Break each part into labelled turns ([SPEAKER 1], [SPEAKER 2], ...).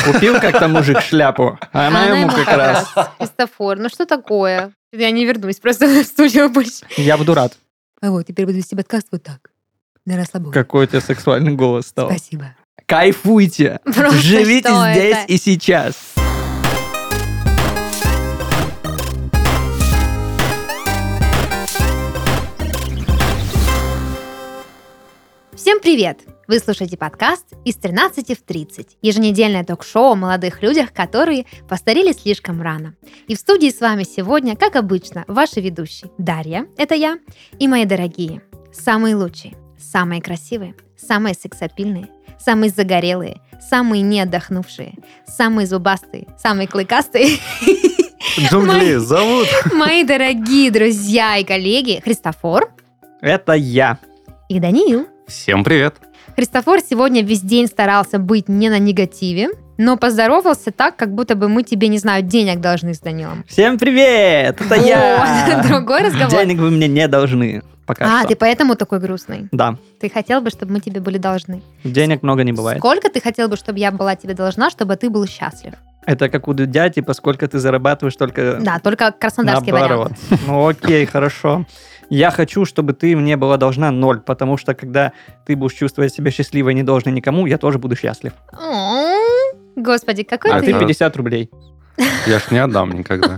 [SPEAKER 1] Купил как-то мужик шляпу, а она ему как раз.
[SPEAKER 2] Христофор, ну что такое? Я не вернусь просто в студию больше.
[SPEAKER 1] Я буду рад.
[SPEAKER 2] А вот, теперь буду вести подкаст вот так. На расслабоне.
[SPEAKER 1] Какой у тебя сексуальный голос стал.
[SPEAKER 2] Спасибо.
[SPEAKER 1] Кайфуйте.
[SPEAKER 2] Просто
[SPEAKER 1] Живите
[SPEAKER 2] что
[SPEAKER 1] здесь
[SPEAKER 2] это?
[SPEAKER 1] и сейчас.
[SPEAKER 2] Всем привет! Вы слушаете подкаст «Из 13 в 30», еженедельное ток-шоу о молодых людях, которые постарели слишком рано. И в студии с вами сегодня, как обычно, ваши ведущие Дарья, это я, и мои дорогие, самые лучшие, самые красивые, самые сексапильные, самые загорелые, самые неотдохнувшие, самые зубастые, самые клыкастые.
[SPEAKER 3] Джунгли зовут.
[SPEAKER 2] Мои дорогие друзья и коллеги Христофор
[SPEAKER 1] Это я.
[SPEAKER 2] и Даниил.
[SPEAKER 3] Всем привет.
[SPEAKER 2] Христофор сегодня весь день старался быть не на негативе, но поздоровался так, как будто бы мы тебе, не знаю, денег должны с Данилом.
[SPEAKER 1] Всем привет. Это я.
[SPEAKER 2] Другой разговор.
[SPEAKER 1] Денег вы мне не должны. Пока что.
[SPEAKER 2] Ты поэтому такой грустный?
[SPEAKER 1] Да.
[SPEAKER 2] Ты хотел бы, чтобы мы тебе были должны?
[SPEAKER 1] Денег много не бывает.
[SPEAKER 2] Сколько ты хотел бы, чтобы я была тебе должна, чтобы ты был счастлив?
[SPEAKER 1] Это как у Дудя, типа, сколько ты зарабатываешь, только
[SPEAKER 2] Да, только краснодарский
[SPEAKER 1] наоборот.
[SPEAKER 2] вариант.
[SPEAKER 1] Ну окей, хорошо. Я хочу, чтобы ты мне была должна 0, потому что когда ты будешь чувствовать себя счастливой и не должна никому, я тоже буду счастлив.
[SPEAKER 2] Господи, какой
[SPEAKER 1] А
[SPEAKER 2] ты...
[SPEAKER 1] ты 50 рублей.
[SPEAKER 3] Я ж не отдам никогда.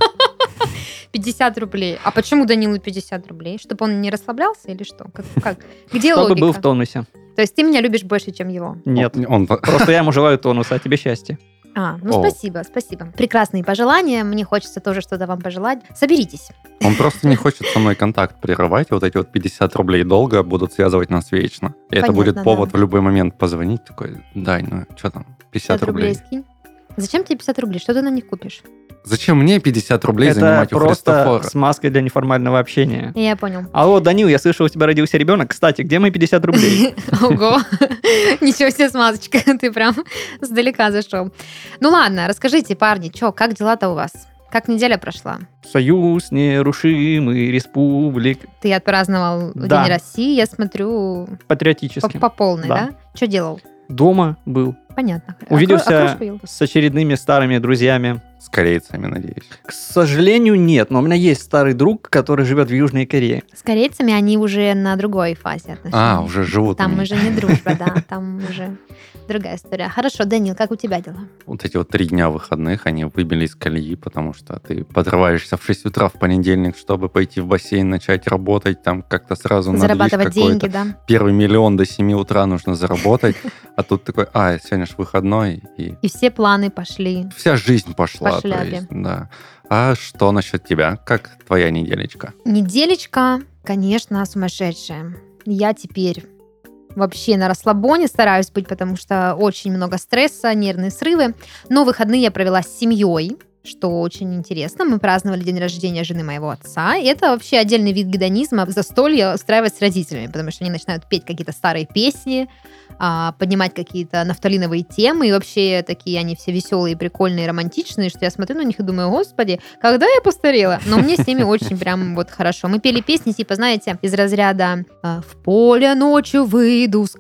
[SPEAKER 2] 50 рублей. А почему Данилу 50 рублей? Чтобы он не расслаблялся или что? Как? Где
[SPEAKER 1] Чтобы
[SPEAKER 2] логика?
[SPEAKER 1] был в тонусе.
[SPEAKER 2] То есть ты меня любишь больше, чем его?
[SPEAKER 1] Нет.
[SPEAKER 3] Он
[SPEAKER 1] Просто я ему желаю тонуса, а тебе счастья.
[SPEAKER 3] О.
[SPEAKER 2] Спасибо. Прекрасные пожелания. Мне хочется тоже что-то вам пожелать. Соберитесь.
[SPEAKER 3] просто не хочет со мной контакт прерывать. Вот эти вот 50 рублей долга будут связывать нас вечно. И это
[SPEAKER 2] Понятно,
[SPEAKER 3] будет повод
[SPEAKER 2] да.
[SPEAKER 3] в любой момент позвонить. Такой, Дань, ну что там, 50 рублей.
[SPEAKER 2] скинь. Зачем тебе 50 рублей? Что ты на них купишь?
[SPEAKER 3] Зачем мне 50 рублей
[SPEAKER 1] Это
[SPEAKER 3] занимать у
[SPEAKER 1] просто
[SPEAKER 3] Христофора?
[SPEAKER 1] смазка для неформального общения.
[SPEAKER 2] Я понял.
[SPEAKER 1] Алло, Данил, я слышал, у тебя родился ребенок. Кстати, где мои 50 рублей?
[SPEAKER 2] Ого. Ничего себе смазочка. Ты прям сдалека зашел. Ну ладно, расскажите, парни, как дела-то у вас? Как неделя прошла?
[SPEAKER 1] Союз нерушимый республик.
[SPEAKER 2] Ты отпраздновал
[SPEAKER 1] Да.
[SPEAKER 2] День России, я смотрю,
[SPEAKER 1] Патриотическим.
[SPEAKER 2] по полной,
[SPEAKER 1] Да.
[SPEAKER 2] да? Что делал?
[SPEAKER 1] Дома был.
[SPEAKER 2] Понятно.
[SPEAKER 1] Увиделся
[SPEAKER 2] Окрошку ел?
[SPEAKER 1] с очередными старыми друзьями.
[SPEAKER 3] С корейцами, надеюсь.
[SPEAKER 1] К сожалению, нет. Но у меня есть старый друг, который живет в Южной Корее.
[SPEAKER 2] С корейцами они уже на другой фазе отношений.
[SPEAKER 3] Уже живут.
[SPEAKER 2] Там
[SPEAKER 3] они.
[SPEAKER 2] уже не дружба, да, там уже другая история. Хорошо, Данил, как у тебя дела?
[SPEAKER 3] Вот эти вот 3 дня выходных, они выбили из колеи, потому что ты подрываешься в 6 утра в понедельник, чтобы пойти в бассейн, начать работать, там как-то сразу на движ
[SPEAKER 2] Зарабатывать
[SPEAKER 3] какой-то.
[SPEAKER 2] деньги, да?
[SPEAKER 3] Первый миллион до 7 утра нужно заработать, а тут такой, сегодня ж выходной, и
[SPEAKER 2] И все планы пошли.
[SPEAKER 3] вся жизнь пошла.
[SPEAKER 2] По
[SPEAKER 3] то
[SPEAKER 2] шляпе.
[SPEAKER 3] есть, да. А что насчет тебя? Как твоя неделечка?
[SPEAKER 2] Неделечка, конечно, сумасшедшая. Я теперь вообще на расслабоне стараюсь быть, потому что очень много стресса, нервные срывы. Но выходные я провела с семьей, что очень интересно. Мы праздновали день рождения жены моего отца. И это вообще отдельный вид гедонизма, застолье устраивать с родителями, потому что они начинают петь какие-то старые песни, поднимать какие-то нафталиновые темы, и вообще такие они все веселые, прикольные, романтичные, что я смотрю на них и думаю, господи, когда я постарела? Но мне с ними очень прям вот хорошо. Мы пели песни, типа, знаете, из разряда «В поле ночью выйду с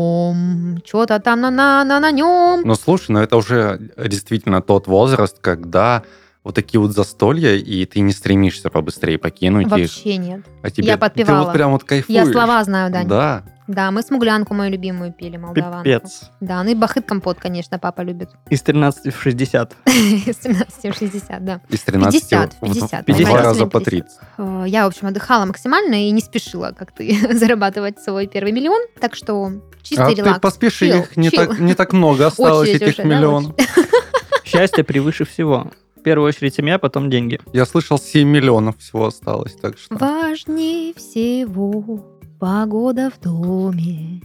[SPEAKER 2] конем, что-то там на нем».
[SPEAKER 3] Ну, слушай, это уже действительно тот возраст, когда вот такие вот застолья, и ты не стремишься побыстрее покинуть их.
[SPEAKER 2] Вообще нет.
[SPEAKER 3] А тебе,
[SPEAKER 2] Я подпевала.
[SPEAKER 3] Ты вот прям вот кайфуешь.
[SPEAKER 2] Я слова знаю, Дань.
[SPEAKER 3] Да.
[SPEAKER 2] Да, мы смуглянку мою любимую пели, молдаванку.
[SPEAKER 1] Пипец.
[SPEAKER 2] Да, ну и бахыт-компот, конечно, папа любит.
[SPEAKER 1] Из 13 в 60.
[SPEAKER 2] С 13 в 60, да.
[SPEAKER 3] Из 13
[SPEAKER 2] 50,
[SPEAKER 3] в
[SPEAKER 2] 50.
[SPEAKER 3] 2
[SPEAKER 1] 50.
[SPEAKER 3] раза по 30.
[SPEAKER 2] Я, в общем, отдыхала максимально и не спешила, как ты, зарабатывать свой первый миллион. Так что чистый релакс.
[SPEAKER 3] Ты поспеши,
[SPEAKER 2] Чил,
[SPEAKER 3] их не
[SPEAKER 2] чил.
[SPEAKER 3] так много осталось,
[SPEAKER 2] Очередь
[SPEAKER 3] этих
[SPEAKER 2] уже, да,
[SPEAKER 3] миллионов.
[SPEAKER 1] Счастье превыше всего. В первую очередь семья, потом деньги.
[SPEAKER 3] Я слышал, 7 миллионов всего осталось, так что...
[SPEAKER 2] Важнее всего погода в доме,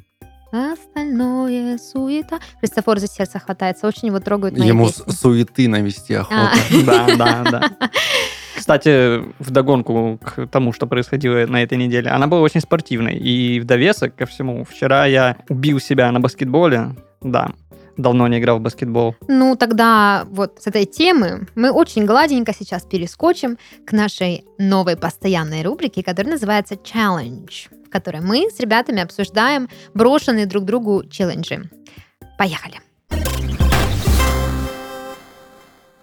[SPEAKER 2] остальное суета. Христофор за сердце хватается, очень его трогают мои
[SPEAKER 3] Ему
[SPEAKER 2] песни.
[SPEAKER 3] суеты навести охота.
[SPEAKER 1] Да. Кстати, вдогонку к тому, что происходило на этой неделе, она была очень спортивной. И в довесок ко всему, вчера я убил себя на баскетболе. Да, давно не играл в баскетбол.
[SPEAKER 2] Ну, тогда вот с этой темы мы очень гладенько сейчас перескочим к нашей новой постоянной рубрике, которая называется «Challenge», в которой мы с ребятами обсуждаем брошенные друг другу челленджи. Поехали!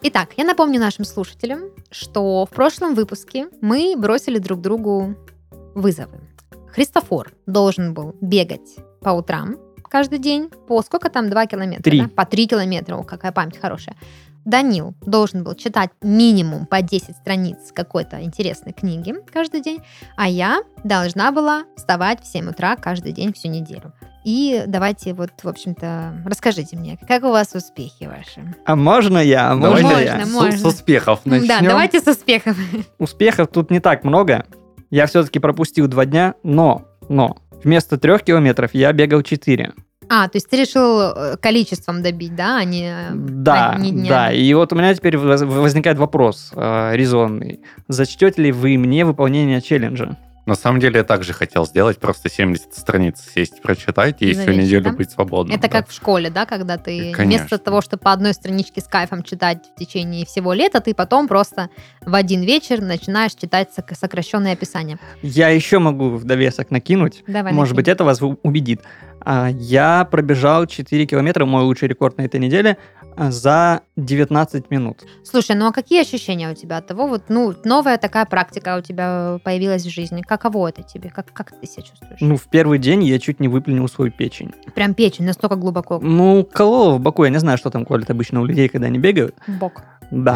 [SPEAKER 2] Итак, я напомню нашим слушателям, что в прошлом выпуске мы бросили друг другу вызовы. Христофор должен был бегать по утрам каждый день по сколько там, 2 километра?
[SPEAKER 1] 3.
[SPEAKER 2] Да? По 3 километра, о, какая память хорошая. Данил должен был читать минимум по 10 страниц какой-то интересной книги каждый день, а я должна была вставать в 7 утра каждый день всю неделю. И давайте вот, в общем-то, расскажите мне, как у вас успехи ваши?
[SPEAKER 1] А можно я?
[SPEAKER 3] Давайте
[SPEAKER 2] Можно,
[SPEAKER 1] я?
[SPEAKER 2] можно.
[SPEAKER 3] с успехов начнем.
[SPEAKER 2] Да, давайте с успехом.
[SPEAKER 1] Успехов тут не так много. Я все-таки пропустил 2 дня, но вместо 3 километров я бегал 4.
[SPEAKER 2] А, то есть ты решил количеством добить, да, а не
[SPEAKER 1] Да,
[SPEAKER 2] днями?
[SPEAKER 1] да. И вот у меня теперь возникает вопрос резонный. Зачтете ли вы мне выполнение челленджа?
[SPEAKER 3] На самом деле я также хотел сделать, просто 70 страниц сесть, прочитать и
[SPEAKER 2] За
[SPEAKER 3] всю
[SPEAKER 2] вечер,
[SPEAKER 3] неделю
[SPEAKER 2] да?
[SPEAKER 3] быть свободным.
[SPEAKER 2] Это
[SPEAKER 3] да.
[SPEAKER 2] как в школе, да, когда ты
[SPEAKER 3] Конечно.
[SPEAKER 2] вместо того, чтобы по одной страничке с кайфом читать в течение всего лета, ты потом просто в один вечер начинаешь читать сокращенное описание.
[SPEAKER 1] Я еще могу в довесок накинуть.
[SPEAKER 2] Давай,
[SPEAKER 1] Может быть, это вас убедит. Я пробежал 4 километра, мой лучший рекорд на этой неделе, за 19 минут.
[SPEAKER 2] Слушай, ну а какие ощущения у тебя от того, вот, ну, новая такая практика у тебя появилась в жизни? Каково это тебе? Как ты себя чувствуешь?
[SPEAKER 1] Ну, в первый день я чуть не выплюнул свою печень.
[SPEAKER 2] Прям печень настолько глубоко
[SPEAKER 1] Ну, кололо в боку. Я не знаю, что там колет обычно у людей, когда они бегают.
[SPEAKER 2] в бок.
[SPEAKER 1] Да.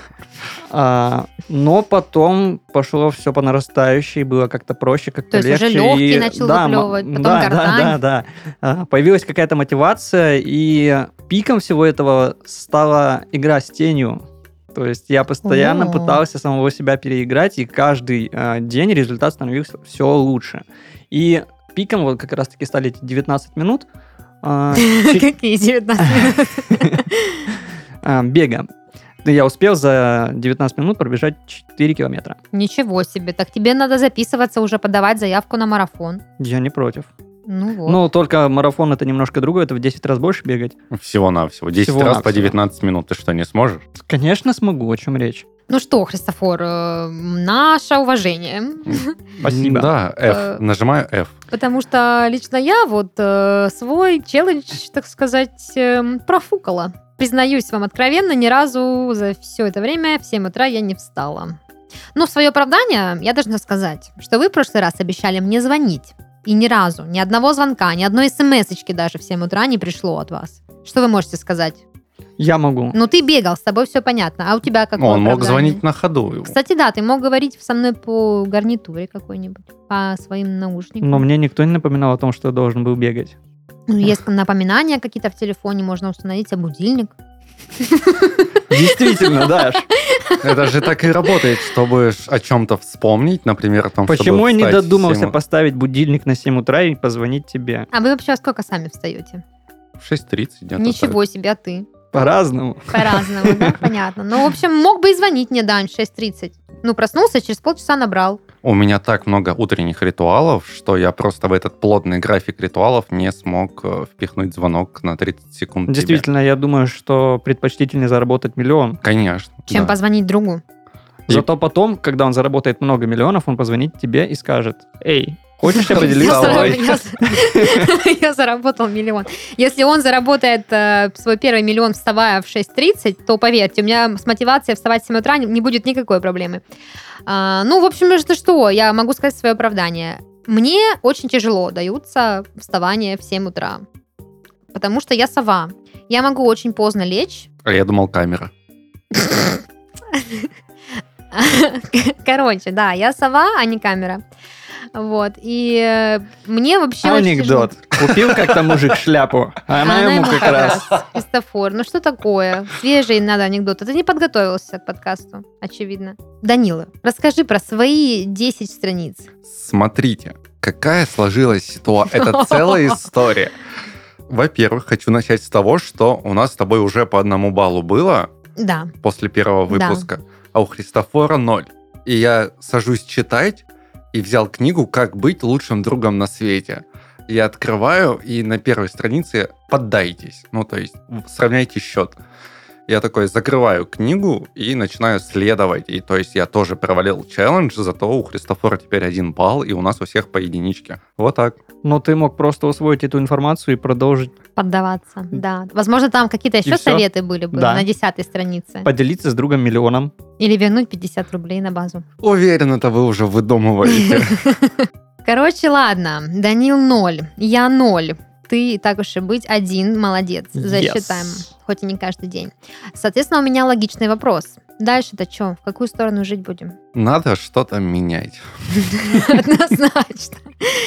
[SPEAKER 1] Но потом пошло все по нарастающей, было как-то проще, как-то
[SPEAKER 2] То есть
[SPEAKER 1] легче.
[SPEAKER 2] уже легкие
[SPEAKER 1] и-
[SPEAKER 2] начал
[SPEAKER 1] да,
[SPEAKER 2] выплевывать, потом
[SPEAKER 1] да,
[SPEAKER 2] гортань.
[SPEAKER 1] да. Появилась какая-то мотивация, и пиком всего этого стала игра с тенью. То есть я постоянно
[SPEAKER 2] О.
[SPEAKER 1] пытался самого себя переиграть, и каждый день результат становился все лучше. И пиком вот как раз-таки стали эти 19 минут
[SPEAKER 2] Какие 19 минут?
[SPEAKER 1] бега. Я успел за 19 минут пробежать 4 километра.
[SPEAKER 2] Ничего себе. Так тебе надо записываться уже, подавать заявку на марафон.
[SPEAKER 1] Я не против.
[SPEAKER 2] Ну вот.
[SPEAKER 1] Ну, только марафон это немножко другое, это в 10 раз больше бегать.
[SPEAKER 3] Всего-навсего. 10 раз
[SPEAKER 1] Всего-навсего.
[SPEAKER 3] по 19 минут. Ты что, не сможешь?
[SPEAKER 1] Конечно, смогу, о чем речь.
[SPEAKER 2] Ну что, Христофор, наше уважение.
[SPEAKER 1] Спасибо.
[SPEAKER 3] Да, F. Нажимаю F.
[SPEAKER 2] Потому что лично я вот свой челлендж, так сказать, профукала. Признаюсь вам откровенно, ни разу за все это время в 7 утра я не встала. Но в свое оправдание я должна сказать, что вы в прошлый раз обещали мне звонить. И ни разу, ни одного звонка, ни одной смс-очки даже в 7 утра не пришло от вас. Что вы можете сказать?
[SPEAKER 1] Я могу.
[SPEAKER 2] Ну, ты бегал, с тобой все понятно. А у тебя какое
[SPEAKER 3] Он мог
[SPEAKER 2] оправдание?
[SPEAKER 3] звонить на ходу.
[SPEAKER 2] Кстати, да, ты мог говорить со мной по гарнитуре какой-нибудь, по своим наушникам.
[SPEAKER 1] Но мне никто не напоминал о том, что я должен был бегать.
[SPEAKER 2] Ну, есть напоминания какие-то в телефоне, можно установить, а будильник.
[SPEAKER 1] Действительно, Даш.
[SPEAKER 3] Это же так и работает, чтобы о чем-то вспомнить, например, о том,
[SPEAKER 1] Почему я
[SPEAKER 3] чтобы
[SPEAKER 1] не
[SPEAKER 3] встать в
[SPEAKER 1] додумался
[SPEAKER 3] 7
[SPEAKER 1] поставить будильник на 7 утра и позвонить тебе?
[SPEAKER 2] А вы вообще во сколько сами встаете?
[SPEAKER 3] В 6:30 где-то.
[SPEAKER 2] Ничего себе, а ты?
[SPEAKER 1] По-разному.
[SPEAKER 2] По-разному, да? Понятно. Ну, в общем, мог бы и звонить мне, Дань, в 6:30. Ну, проснулся, через полчаса набрал.
[SPEAKER 3] У меня так много утренних ритуалов, что я просто в этот плотный график ритуалов не смог впихнуть звонок на 30 секунд тебе.
[SPEAKER 1] Действительно, я думаю, что предпочтительнее заработать миллион.
[SPEAKER 3] Конечно.
[SPEAKER 2] Чем
[SPEAKER 3] да.
[SPEAKER 2] позвонить другу.
[SPEAKER 1] Зато потом, когда он заработает много миллионов, он позвонит тебе и скажет: «Эй, хочешь я поделиться тобой?»
[SPEAKER 2] Я заработал миллион. Если он заработает свой первый миллион, вставая в 6:30, то, поверьте, у меня с мотивацией вставать в 7 утра не будет никакой проблемы. Ну, в общем, что, я могу сказать свое оправдание. Мне очень тяжело даются вставание в 7 утра, потому что я сова. Я могу очень поздно лечь.
[SPEAKER 3] А я думал, камера.
[SPEAKER 2] Короче, да, я сова, а не камера. Вот, и мне вообще очень тяжело.
[SPEAKER 1] Анекдот. Купил как-то мужик шляпу, а она ему как раз.
[SPEAKER 2] Христофор, ну что такое? Свежий надо анекдот. Ты не подготовился к подкасту, очевидно. Данила, расскажи про свои 10 страниц.
[SPEAKER 3] Смотрите, какая сложилась ситуация. Это целая история. Во-первых, хочу начать с того, что у нас с тобой уже по 1 баллу было
[SPEAKER 2] Да.
[SPEAKER 3] после первого выпуска, а у Христофора 0. И я сажусь читать, и взял книгу «Как быть лучшим другом на свете». Я открываю, и на первой странице «Поддайтесь». Ну, то есть сравняйте счет. Я такой закрываю книгу и начинаю следовать. И то есть я тоже провалил челлендж, зато у Христофора теперь 1 балл, и у нас у всех по единичке. Вот так.
[SPEAKER 1] Но ты мог просто усвоить эту информацию и продолжить
[SPEAKER 2] Поддаваться, да. Возможно, там какие-то еще
[SPEAKER 1] всё.
[SPEAKER 2] советы были бы
[SPEAKER 1] Да.
[SPEAKER 2] на 10-й странице.
[SPEAKER 1] Поделиться с другом миллионом.
[SPEAKER 2] Или вернуть 50 рублей на базу.
[SPEAKER 3] Уверен, это вы уже выдумываете.
[SPEAKER 2] Короче, ладно. Данил 0, я 0. Ты, так уж и быть, 1, молодец. Засчитаем. Хоть и не каждый день. Соответственно, у меня логичный вопрос. Дальше-то что? В какую сторону жить будем?
[SPEAKER 3] Надо что-то менять.
[SPEAKER 2] Однозначно.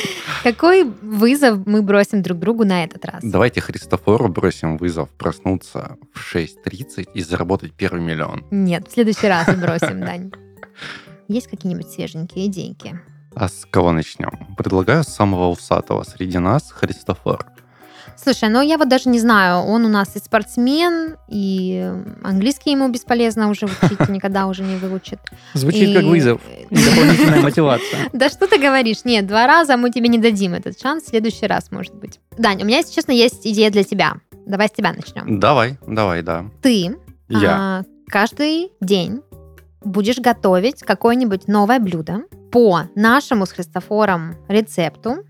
[SPEAKER 2] Какой вызов мы бросим друг другу на этот раз?
[SPEAKER 3] Давайте Христофору бросим вызов проснуться в 6:30 и заработать первый миллион.
[SPEAKER 2] Нет, в следующий раз бросим, Дань. Есть какие-нибудь свеженькие идейки?
[SPEAKER 3] А с кого начнем? Предлагаю самого усатого среди нас, Христофор.
[SPEAKER 2] Слушай, ну я вот даже не знаю, он у нас и спортсмен, и английский ему бесполезно уже учить, никогда уже не выучит.
[SPEAKER 1] Звучит как вызов и дополнительная мотивация.
[SPEAKER 2] Да что ты говоришь? Нет, 2 раза мы тебе не дадим этот шанс, в следующий раз, может быть. Дань, у меня, если честно, есть идея для тебя. Давай с тебя начнем.
[SPEAKER 3] Давай, да.
[SPEAKER 2] Ты
[SPEAKER 3] Я.
[SPEAKER 2] каждый день будешь готовить какое-нибудь новое блюдо по нашему с Христофором рецепту,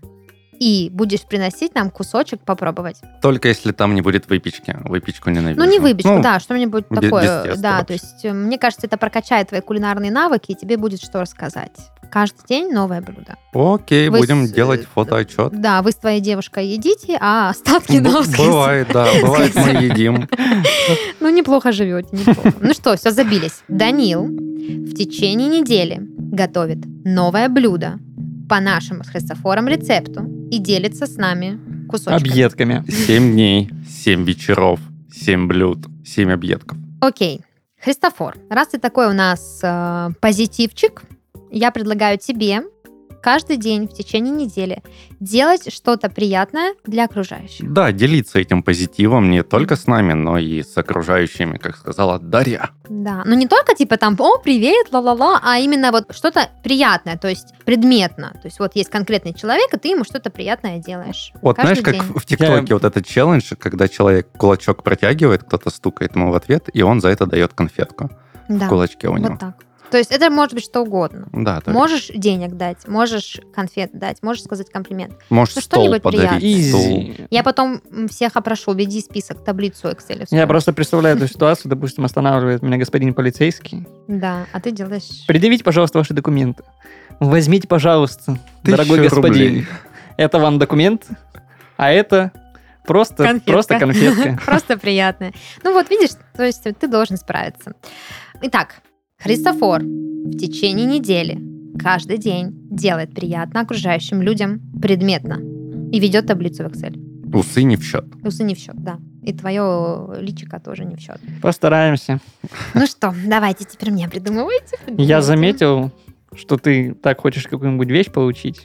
[SPEAKER 2] и будешь приносить нам кусочек попробовать.
[SPEAKER 3] Только если там не будет выпечки. Выпечку ненавижу.
[SPEAKER 2] Ну, не выпечку, да, что-нибудь
[SPEAKER 3] без
[SPEAKER 2] такое.
[SPEAKER 3] теста
[SPEAKER 2] Да,
[SPEAKER 3] вообще.
[SPEAKER 2] то есть, мне кажется, это прокачает твои кулинарные навыки, и тебе будет что рассказать. Каждый день новое блюдо.
[SPEAKER 3] Окей,
[SPEAKER 2] Вы
[SPEAKER 3] будем
[SPEAKER 2] с-
[SPEAKER 3] делать фотоотчет.
[SPEAKER 2] Да, вы с твоей девушкой едите, а остатки на воскресенье.
[SPEAKER 3] Бывает, да, бывает, мы едим.
[SPEAKER 2] Ну, неплохо живете, неплохо. Ну что, все, забились. Данил в течение недели готовит новое блюдо по нашему с Христофором рецепту и делится с нами кусочками.
[SPEAKER 1] Объедками.
[SPEAKER 3] 7 дней, 7 вечеров, 7 блюд, 7 объедков.
[SPEAKER 2] Окей. Христофор, раз ты такой у нас позитивчик, я предлагаю тебе каждый день в течение недели делать что-то приятное для окружающих.
[SPEAKER 3] Да, делиться этим позитивом не только с нами, но и с окружающими, как сказала Дарья.
[SPEAKER 2] Да, но не только типа там, о, привет, ла-ла-ла, а именно вот что-то приятное, то есть предметно. То есть вот есть конкретный человек, и ты ему что-то приятное делаешь.
[SPEAKER 3] Вот
[SPEAKER 2] каждый
[SPEAKER 3] знаешь, как
[SPEAKER 2] день.
[SPEAKER 3] в ТикТоке вот этот челлендж, когда человек кулачок протягивает, кто-то стукает ему в ответ, и он за это дает конфетку
[SPEAKER 2] Да,
[SPEAKER 3] в кулачке у него.
[SPEAKER 2] вот так. То есть это может быть что угодно.
[SPEAKER 3] Да, то есть
[SPEAKER 2] Можешь денег дать, можешь конфет дать, можешь сказать комплимент.
[SPEAKER 3] можешь
[SPEAKER 2] ну,
[SPEAKER 3] стол
[SPEAKER 2] что-нибудь
[SPEAKER 3] подарить.
[SPEAKER 2] приятное.
[SPEAKER 3] Стул.
[SPEAKER 1] Изи.
[SPEAKER 2] Я потом всех опрошу, веди список, таблицу Excel.
[SPEAKER 1] Я просто представляю эту ситуацию, допустим, останавливает меня господин полицейский.
[SPEAKER 2] Да, а ты делаешь...
[SPEAKER 1] Предъявите, пожалуйста, ваши документы. Возьмите, пожалуйста,
[SPEAKER 3] 1000
[SPEAKER 1] дорогой господин.
[SPEAKER 3] рублей.
[SPEAKER 1] Это вам документ, а это просто конфетка.
[SPEAKER 2] Просто приятное. Ну вот, видишь, то есть ты должен справиться. Итак, Христофор в течение недели каждый день делает приятно окружающим людям предметно и ведет таблицу в Excel.
[SPEAKER 3] Усы не в счет.
[SPEAKER 2] Усы не в счет, да. И твое личико тоже не в счет.
[SPEAKER 1] Постараемся.
[SPEAKER 2] Ну что, давайте теперь мне придумывайте.
[SPEAKER 1] Я заметил, что ты так хочешь какую-нибудь вещь получить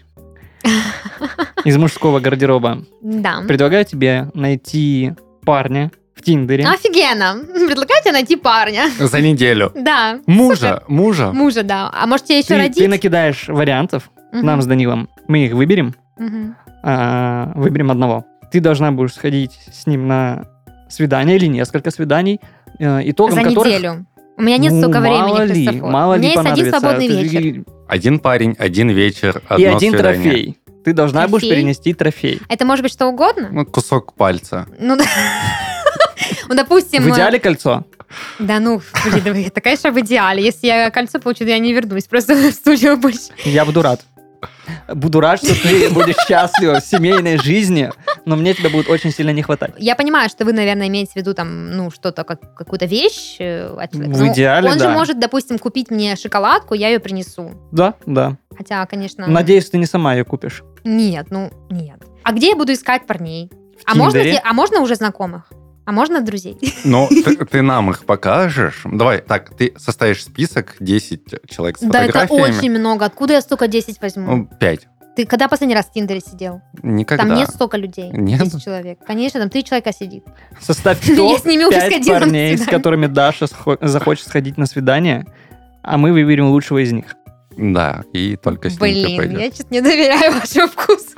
[SPEAKER 1] из мужского гардероба.
[SPEAKER 2] Да.
[SPEAKER 1] Предлагаю тебе найти парня в Тиндере.
[SPEAKER 2] Офигенно. Предлагаю тебе найти парня.
[SPEAKER 3] За неделю.
[SPEAKER 2] Да.
[SPEAKER 3] Мужа.
[SPEAKER 2] Мужа, да. А может тебе еще
[SPEAKER 1] Ты
[SPEAKER 2] родить?
[SPEAKER 1] накидаешь вариантов
[SPEAKER 2] Мгм.
[SPEAKER 1] нам с Данилом. Мы их выберем.
[SPEAKER 2] Мгм.
[SPEAKER 1] Выберем одного. Ты должна будешь сходить с ним на свидание или несколько свиданий, итогом
[SPEAKER 2] За
[SPEAKER 1] которых...
[SPEAKER 2] неделю. У меня нет
[SPEAKER 1] Ну,
[SPEAKER 2] столько
[SPEAKER 1] мало
[SPEAKER 2] времени,
[SPEAKER 1] ли,
[SPEAKER 2] Христофор.
[SPEAKER 1] мало
[SPEAKER 2] У
[SPEAKER 1] ли
[SPEAKER 2] меня есть один
[SPEAKER 1] понадобится.
[SPEAKER 2] свободный
[SPEAKER 1] Это
[SPEAKER 2] вечер.
[SPEAKER 1] же
[SPEAKER 3] Один парень, один вечер, одно
[SPEAKER 1] И один
[SPEAKER 3] свидание.
[SPEAKER 1] трофей. Ты должна будешь
[SPEAKER 2] Трофей?
[SPEAKER 1] перенести трофей.
[SPEAKER 2] Это может быть что угодно?
[SPEAKER 3] Ну, кусок пальца.
[SPEAKER 2] Ну, да. Ну, допустим...
[SPEAKER 1] В идеале кольцо.
[SPEAKER 2] Да ну, блин, это, конечно, в идеале. Если я кольцо получу, то я не вернусь просто в студию больше.
[SPEAKER 1] Я буду рад. Буду рад, что ты будешь счастлива в семейной жизни, но мне тебя будет очень сильно не хватать.
[SPEAKER 2] Я понимаю, что вы, наверное, имеете в виду там, ну, что-то, какую-то вещь от человека.
[SPEAKER 1] В
[SPEAKER 2] Но
[SPEAKER 1] идеале,
[SPEAKER 2] он же
[SPEAKER 1] да.
[SPEAKER 2] может, допустим, купить мне шоколадку, я ее принесу.
[SPEAKER 1] Да, да.
[SPEAKER 2] Хотя, конечно...
[SPEAKER 1] Надеюсь, ты не сама ее купишь.
[SPEAKER 2] Нет, ну, нет. А где я буду искать парней?
[SPEAKER 1] В
[SPEAKER 2] Можно,
[SPEAKER 1] Тиндере.
[SPEAKER 2] а можно уже знакомых? А можно друзей?
[SPEAKER 3] Ну, ты нам их покажешь. Давай, так, ты составишь список 10 человек с
[SPEAKER 2] Да, это
[SPEAKER 3] фотографиями.
[SPEAKER 2] очень много. Откуда я столько 10 возьму?
[SPEAKER 3] Ну, 5.
[SPEAKER 2] Ты когда последний раз в Тиндере сидел?
[SPEAKER 3] Никогда.
[SPEAKER 2] Там нет столько людей.
[SPEAKER 3] Нет?
[SPEAKER 2] 10 человек. Конечно, там 3 человека сидит.
[SPEAKER 1] Составь
[SPEAKER 2] Я
[SPEAKER 1] топ
[SPEAKER 2] с ними уже
[SPEAKER 1] 5
[SPEAKER 2] сходила на
[SPEAKER 1] парней, с
[SPEAKER 2] свидание.
[SPEAKER 1] которыми Даша захочет сходить на свидание, а мы выберем лучшего из них.
[SPEAKER 3] Да, и только с ним ты
[SPEAKER 2] Блин,
[SPEAKER 3] пойдешь.
[SPEAKER 2] я что-то не доверяю вашему вкусу.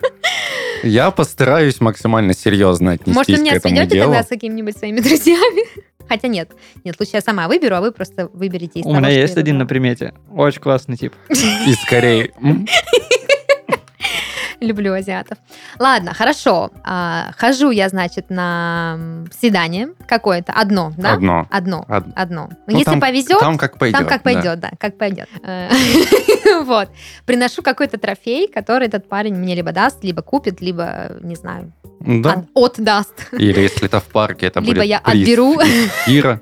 [SPEAKER 3] Я постараюсь максимально серьезно отнестись
[SPEAKER 2] Может, вы
[SPEAKER 3] к
[SPEAKER 2] меня
[SPEAKER 3] этому
[SPEAKER 2] сведете
[SPEAKER 3] делу.
[SPEAKER 2] тогда с какими-нибудь своими друзьями? Хотя нет. Нет, лучше я сама выберу, а вы просто выберете из
[SPEAKER 1] У
[SPEAKER 2] того,
[SPEAKER 1] меня
[SPEAKER 2] что
[SPEAKER 1] есть
[SPEAKER 2] я
[SPEAKER 1] один на
[SPEAKER 2] выбрала.
[SPEAKER 1] примете. Очень классный тип.
[SPEAKER 3] И скорее...
[SPEAKER 2] Люблю азиатов. Ладно, хорошо. Хожу я, значит, на свидание какое-то. Одно, да? Одно.
[SPEAKER 3] Ну,
[SPEAKER 2] Если
[SPEAKER 3] там,
[SPEAKER 2] повезет,
[SPEAKER 3] там как пойдет.
[SPEAKER 2] там как пойдет, да, как пойдет. Вот. Приношу какой-то трофей, который этот парень мне либо даст, либо купит, либо, не знаю,
[SPEAKER 3] Да.
[SPEAKER 2] отдаст.
[SPEAKER 3] Или если это в парке, это
[SPEAKER 2] Либо
[SPEAKER 3] будет
[SPEAKER 2] я
[SPEAKER 3] приз
[SPEAKER 2] отберу.
[SPEAKER 3] Ира.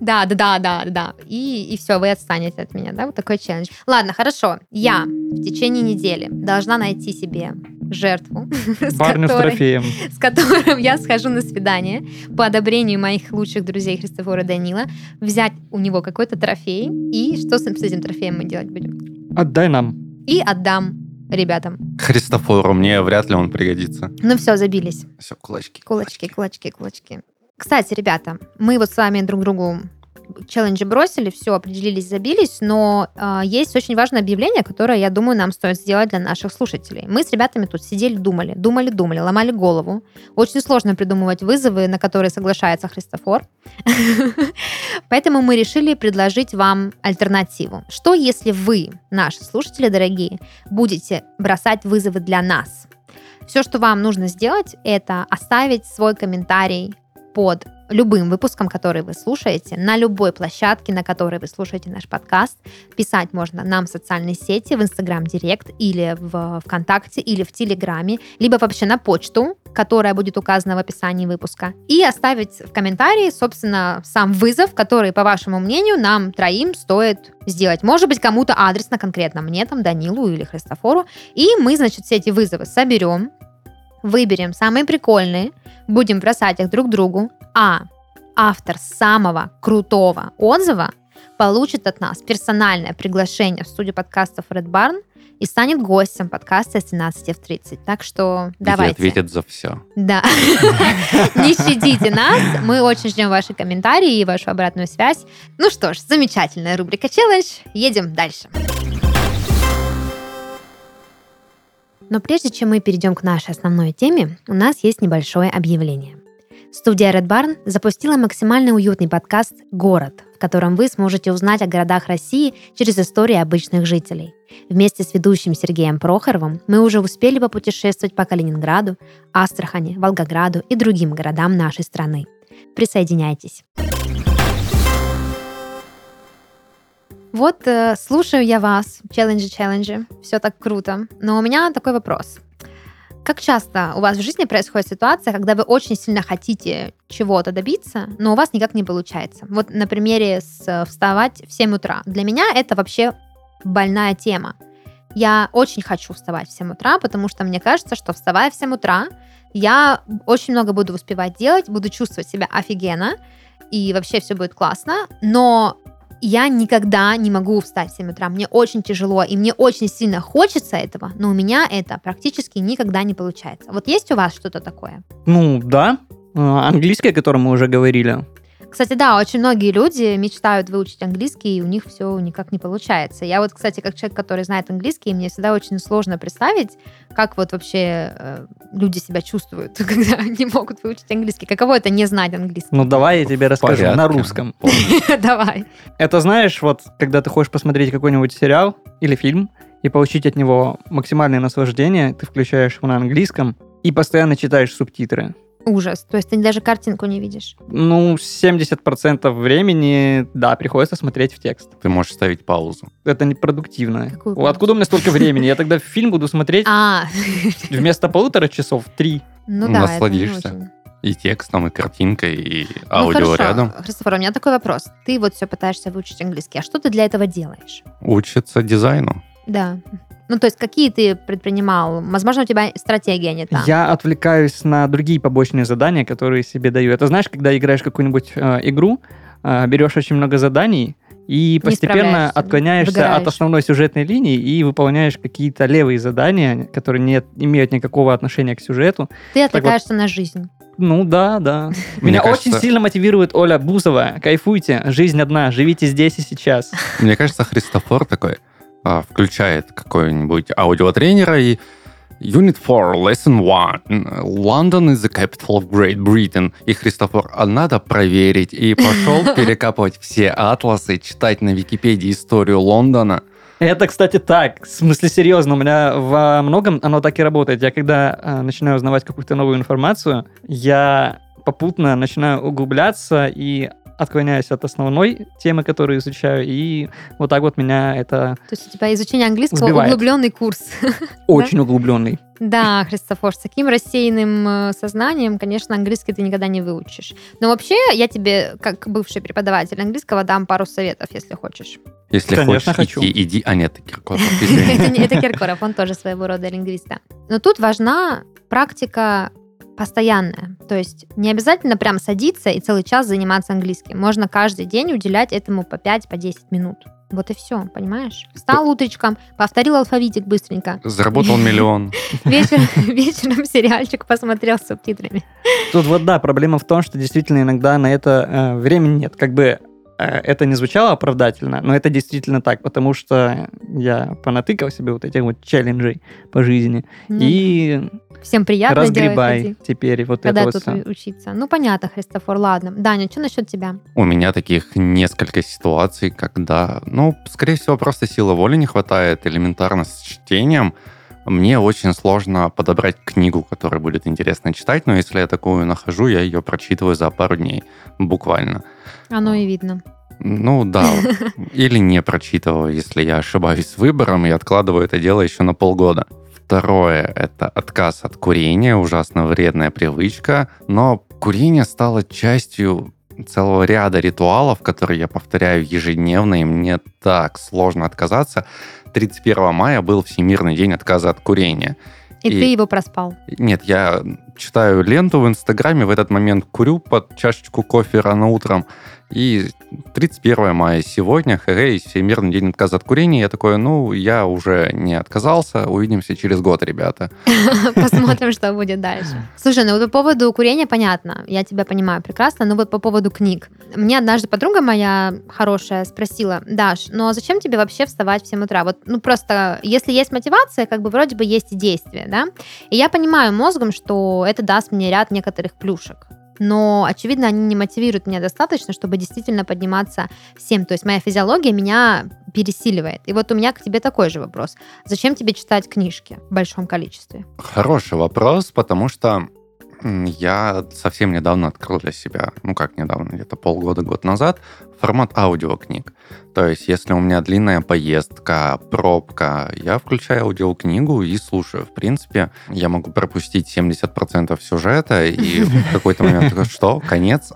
[SPEAKER 2] Да. И все, вы отстанете от меня, да? Вот такой челлендж. Ладно, хорошо. Я в течение недели должна найти себе жертву,
[SPEAKER 1] Парню с трофеем.
[SPEAKER 2] с которым я схожу на свидание по одобрению моих лучших друзей Христофора и Данила, взять у него какой-то трофей, и что с этим трофеем мы делать будем?
[SPEAKER 1] Отдай нам.
[SPEAKER 2] И отдам ребятам.
[SPEAKER 3] Христофору, мне вряд ли он пригодится.
[SPEAKER 2] Ну все, забились.
[SPEAKER 3] Все, кулачки.
[SPEAKER 2] Кулачки. Кстати, ребята, мы вот с вами друг другу челленджи бросили, все, определились, забились, но есть очень важное объявление, которое, я думаю, нам стоит сделать для наших слушателей. Мы с ребятами тут сидели, думали, ломали голову. Очень сложно придумывать вызовы, на которые соглашается Христофор. Поэтому мы решили предложить вам альтернативу. Что, если вы, наши слушатели дорогие, будете бросать вызовы для нас? Все, что вам нужно сделать, это оставить свой комментарий под любым выпуском, который вы слушаете, на любой площадке, на которой вы слушаете наш подкаст. Писать можно нам в социальные сети, в Instagram Директ или в ВКонтакте, или в Телеграме, либо вообще на почту, которая будет указана в описании выпуска. И оставить в комментарии, собственно, сам вызов, который, по вашему мнению, нам троим стоит сделать. Может быть, кому-то адресно конкретно, мне, там, Данилу или Христофору. И мы, значит, все эти вызовы соберем, выберем самые прикольные, будем бросать их друг другу, а автор самого крутого отзыва получит от нас персональное приглашение в студию подкастов Red Barn и станет гостем подкаста с 13 в 30. Так что давайте.
[SPEAKER 3] И ответит за все.
[SPEAKER 2] Да. Не щадите нас. Мы очень ждем ваши комментарии и вашу обратную связь. Ну что ж, замечательная рубрика «Челлендж». Едем дальше. Но прежде чем мы перейдем к нашей основной теме, у нас есть небольшое объявление. Студия Red Barn запустила максимально уютный подкаст «Город», в котором вы сможете узнать о городах России через истории обычных жителей. Вместе с ведущим Сергеем Прохоровым мы уже успели попутешествовать по Калининграду, Астрахани, Волгограду и другим городам нашей страны. Присоединяйтесь. Вот, слушаю я вас, челленджи, все так круто, но у меня такой вопрос. Как часто у вас в жизни происходит ситуация, когда вы очень сильно хотите чего-то добиться, но у вас никак не получается? Вот на примере вставать в 7 утра. Для меня это вообще больная тема. Я очень хочу вставать в 7 утра, потому что мне кажется, что вставая в 7 утра, я очень много буду успевать делать, буду чувствовать себя офигенно, и вообще все будет классно, но я никогда не могу встать в 7 утра. Мне очень тяжело, и мне очень сильно хочется этого, но у меня это практически никогда не получается. Вот есть у вас что-то такое?
[SPEAKER 1] Ну, да. Английский, о котором мы уже говорили.
[SPEAKER 2] Кстати, да, очень многие люди мечтают выучить английский, и у них все никак не получается. Я вот, кстати, как человек, который знает английский, мне всегда очень сложно представить, как вот вообще люди себя чувствуют, когда не могут выучить английский. Каково это не знать английский?
[SPEAKER 1] Ну, давай я тебе расскажу на русском.
[SPEAKER 2] Давай.
[SPEAKER 1] Это, знаешь, вот, когда ты хочешь посмотреть какой-нибудь сериал или фильм и получить от него максимальное наслаждение, ты включаешь его на английском и постоянно читаешь субтитры.
[SPEAKER 2] Ужас. То есть ты даже картинку не видишь?
[SPEAKER 1] Ну, 70% времени, да, приходится смотреть в текст.
[SPEAKER 3] Ты можешь ставить паузу.
[SPEAKER 1] Это непродуктивно.
[SPEAKER 2] Какую паузу?
[SPEAKER 1] Откуда у меня столько времени? Я тогда фильм буду смотреть вместо 1,5 часов 3.
[SPEAKER 2] Ну да,
[SPEAKER 3] насладишься.
[SPEAKER 2] это не очень.
[SPEAKER 3] И текстом, и картинкой, и
[SPEAKER 2] Ну,
[SPEAKER 3] аудио
[SPEAKER 2] хорошо.
[SPEAKER 3] рядом.
[SPEAKER 2] Христофор, у меня такой вопрос. Ты вот все пытаешься выучить английский, а что ты для этого делаешь?
[SPEAKER 3] Учится дизайну.
[SPEAKER 2] Да. Ну, то есть, какие ты предпринимал? Возможно, у тебя стратегия не та.
[SPEAKER 1] Я отвлекаюсь на другие побочные задания, которые себе даю. Это знаешь, когда играешь какую-нибудь игру, берешь очень много заданий и постепенно
[SPEAKER 2] справляешься,
[SPEAKER 1] отклоняешься
[SPEAKER 2] выгораешь.
[SPEAKER 1] от основной сюжетной линии и выполняешь какие-то левые задания, которые не имеют никакого отношения к сюжету.
[SPEAKER 2] Ты отвлекаешься на жизнь.
[SPEAKER 1] Ну да. Меня
[SPEAKER 3] Мне
[SPEAKER 1] очень
[SPEAKER 3] кажется-
[SPEAKER 1] сильно мотивирует Оля Бузова. Кайфуйте, жизнь одна, живите здесь и сейчас.
[SPEAKER 3] Мне кажется, Христофор такой включает какой-нибудь аудиотренера и Unit 4, Lesson 1. London is the capital of Great Britain. И Христофор, надо проверить. И пошел перекапывать все атласы, читать на Википедии историю Лондона.
[SPEAKER 1] Это, кстати, так. В смысле, серьезно, у меня во многом оно так и работает. Я когда начинаю узнавать какую-то новую информацию, я попутно начинаю углубляться и отклоняюсь от основной темы, которую изучаю, и вот так вот меня это
[SPEAKER 2] То есть у тебя изучение английского
[SPEAKER 1] сбивает.
[SPEAKER 2] углубленный курс.
[SPEAKER 1] Очень углубленный.
[SPEAKER 2] Да, Христофор, с таким рассеянным сознанием, конечно, английский ты никогда не выучишь. Но вообще, я тебе, как бывший преподаватель английского, дам пару советов, если хочешь.
[SPEAKER 3] Если
[SPEAKER 1] Конечно,
[SPEAKER 3] хочешь
[SPEAKER 1] хочу.
[SPEAKER 3] идти, иди. А нет, ты Киркоров, извини.
[SPEAKER 2] Это Киркоров, он тоже своего рода лингвист. Да. Но тут важна практика постоянная. То есть не обязательно прям садиться и целый час заниматься английским. Можно каждый день уделять этому по 5-10 минут. Вот и все, понимаешь? Встал утречком, повторил алфавитик быстренько.
[SPEAKER 3] Заработал миллион.
[SPEAKER 2] Вечером сериальчик посмотрел с субтитрами.
[SPEAKER 1] Тут вот да, проблема в том, что действительно иногда на это времени нет. Как бы это не звучало оправдательно, но это действительно так, потому что я понатыкал себе вот этих вот челленджей по жизни.
[SPEAKER 2] Ну,
[SPEAKER 1] И
[SPEAKER 2] всем приятно делать,
[SPEAKER 1] разгребай
[SPEAKER 2] ходи.
[SPEAKER 1] теперь вот
[SPEAKER 2] Когда
[SPEAKER 1] это вот
[SPEAKER 2] тут
[SPEAKER 1] все.
[SPEAKER 2] учиться. Ну, понятно, Христофор, ладно. Даня, что насчет тебя?
[SPEAKER 3] У меня таких несколько ситуаций, когда, скорее всего, просто силы воли не хватает, элементарно с чтением. Мне очень сложно подобрать книгу, которая будет интересно читать, но если я такую нахожу, я ее прочитываю за пару дней, буквально.
[SPEAKER 2] Оно и видно.
[SPEAKER 3] Ну да, или не прочитываю, если я ошибаюсь с выбором и откладываю это дело еще на полгода. Второе – это отказ от курения, ужасно вредная привычка, но курение стало частью целого ряда ритуалов, которые я повторяю ежедневно, и мне так сложно отказаться. 31 мая был Всемирный день отказа от курения.
[SPEAKER 2] И ты его проспал.
[SPEAKER 3] Нет, я читаю ленту в Инстаграме, в этот момент курю под чашечку кофе рано утром, и 31 мая сегодня, Всемирный день отказа от курения, я такой, я уже не отказался, увидимся через год, ребята.
[SPEAKER 2] Посмотрим, что будет дальше. Слушай, вот по поводу курения понятно, я тебя понимаю прекрасно, но вот по поводу книг. Мне однажды подруга моя хорошая спросила: Даш, ну а зачем тебе вообще вставать в 7 утра? Вот, просто, если есть мотивация, как бы вроде бы есть и действие, да? И я понимаю мозгом, что это даст мне ряд некоторых плюшек. Но, очевидно, они не мотивируют меня достаточно, чтобы действительно подниматься в 7. То есть моя физиология меня пересиливает. И вот у меня к тебе такой же вопрос. Зачем тебе читать книжки в большом количестве?
[SPEAKER 3] Хороший вопрос, потому что я совсем недавно открыл для себя, недавно, где-то год назад, формат аудиокниг. То есть, если у меня длинная поездка, пробка, я включаю аудиокнигу и слушаю. В принципе, я могу пропустить 70% сюжета, и в какой-то момент, что, конец?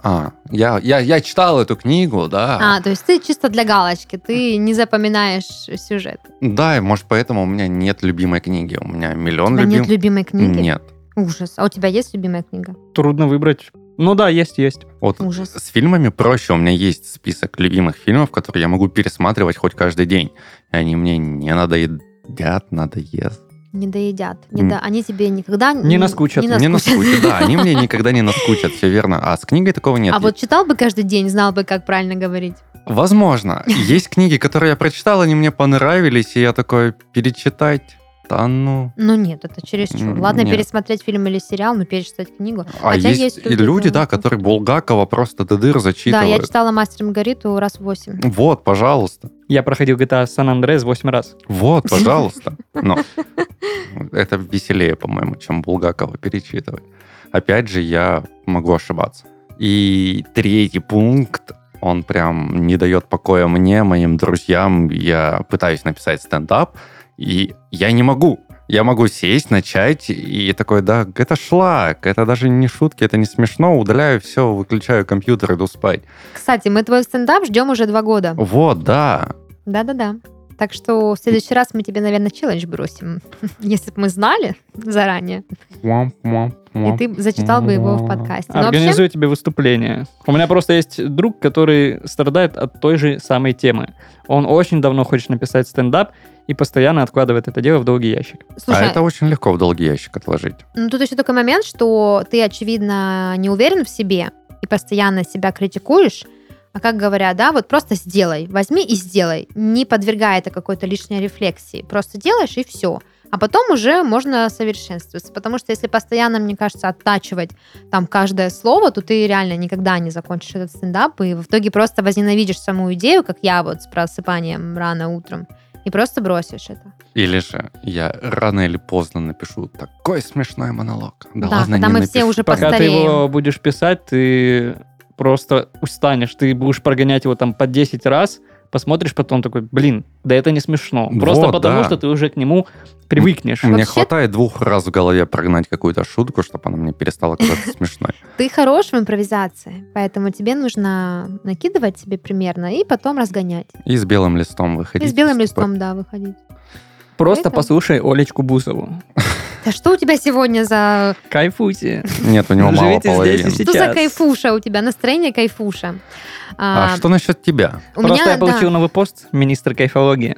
[SPEAKER 3] Я читал эту книгу, да.
[SPEAKER 2] То есть ты чисто для галочки, ты не запоминаешь сюжет.
[SPEAKER 3] Да, и может поэтому у меня нет любимой книги. У меня миллион
[SPEAKER 2] У тебя нет любимой книги?
[SPEAKER 3] Нет.
[SPEAKER 2] Ужас. А у тебя есть любимая книга?
[SPEAKER 1] Трудно выбрать. Ну да, есть.
[SPEAKER 3] Вот
[SPEAKER 2] Ужас.
[SPEAKER 3] с фильмами проще. У меня есть список любимых фильмов, которые я могу пересматривать хоть каждый день. И они мне не надоест.
[SPEAKER 2] Не доедят. Они тебе никогда
[SPEAKER 1] Не наскучат.
[SPEAKER 3] Не наскучат, да. Они мне никогда не наскучат, все верно. А с книгой такого нет.
[SPEAKER 2] А вот читал бы каждый день, знал бы, как правильно говорить.
[SPEAKER 3] Возможно. Есть книги, которые я прочитал, они мне понравились, и я такой, перечитать...
[SPEAKER 2] Ну нет, это чересчур. Ладно,
[SPEAKER 3] Нет.
[SPEAKER 2] пересмотреть фильм или сериал, но перечитать книгу.
[SPEAKER 3] А
[SPEAKER 2] Хотя
[SPEAKER 3] есть и люди, да, которые Булгакова просто до дыр
[SPEAKER 2] Да,
[SPEAKER 3] зачитывают.
[SPEAKER 2] я читала «Мастер и Маргариту» раз 8.
[SPEAKER 3] Вот, пожалуйста.
[SPEAKER 1] Я проходил GTA San Andreas 8 раз.
[SPEAKER 3] Вот, пожалуйста. Но это веселее, по-моему, чем Булгакова перечитывать. Опять же, я могу ошибаться. И третий пункт, он прям не дает покоя мне, моим друзьям. Я пытаюсь написать стендап, и я не могу. Я могу сесть, начать, и такой, да, это шлак, это даже не шутки, это не смешно, удаляю все, выключаю компьютер, иду спать.
[SPEAKER 2] Кстати, мы твой стендап ждем уже 2 года.
[SPEAKER 3] Вот, да.
[SPEAKER 2] Да-да-да. Так что в следующий раз мы тебе, наверное, челлендж бросим. Если бы мы знали заранее, и ты зачитал бы его в подкасте. Но
[SPEAKER 1] Организую
[SPEAKER 2] вообще,
[SPEAKER 1] тебе выступление. У меня просто есть друг, который страдает от той же самой темы. Он очень давно хочет написать стендап и постоянно откладывает это дело в долгий ящик.
[SPEAKER 2] слушай,
[SPEAKER 3] А это очень легко в долгий ящик отложить.
[SPEAKER 2] тут еще такой момент, что ты, очевидно, не уверен в себе и постоянно себя критикуешь. А как говорят, да, вот просто сделай, возьми и сделай, не подвергая это какой-то лишней рефлексии. Просто делаешь и все. А потом уже можно совершенствоваться. Потому что если постоянно, мне кажется, оттачивать там каждое слово, то ты реально никогда не закончишь этот стендап, и в итоге просто возненавидишь саму идею, как я вот с просыпанием рано утром, И просто бросишь это.
[SPEAKER 3] Или же я рано или поздно напишу такой смешной монолог. Да,
[SPEAKER 2] Да,
[SPEAKER 3] ладно,
[SPEAKER 2] когда
[SPEAKER 3] не
[SPEAKER 2] мы
[SPEAKER 3] напишу.
[SPEAKER 2] все уже
[SPEAKER 1] Пока ты
[SPEAKER 2] постареем.
[SPEAKER 1] его будешь писать, ты просто устанешь. Ты будешь прогонять его там по 10 раз, посмотришь потом такой, блин, да это не смешно. Просто
[SPEAKER 3] Вот,
[SPEAKER 1] потому,
[SPEAKER 3] да.
[SPEAKER 1] что ты уже к нему привыкнешь.
[SPEAKER 3] Мне
[SPEAKER 2] Вообще-
[SPEAKER 3] хватает 2 раз в голове прогнать какую-то шутку, чтобы она мне перестала казаться смешной.
[SPEAKER 2] Ты хорош в импровизации, поэтому тебе нужно накидывать себе примерно и потом разгонять.
[SPEAKER 3] И с белым листом
[SPEAKER 2] И
[SPEAKER 3] выходить.
[SPEAKER 2] с белым
[SPEAKER 3] выступать.
[SPEAKER 2] листом, да, выходить.
[SPEAKER 1] Просто
[SPEAKER 2] Это-
[SPEAKER 1] послушай Олечку Бузову.
[SPEAKER 2] Да что у тебя сегодня за...
[SPEAKER 1] Кайфуйте.
[SPEAKER 3] Нет, у него мало
[SPEAKER 1] Живите здесь и
[SPEAKER 3] половин.
[SPEAKER 1] сейчас.
[SPEAKER 2] Что за кайфуша у тебя? Настроение кайфуша.
[SPEAKER 3] А что насчет тебя?
[SPEAKER 2] У
[SPEAKER 1] Просто
[SPEAKER 2] меня,
[SPEAKER 1] я получил
[SPEAKER 2] да,
[SPEAKER 1] новый пост, министр кайфологии.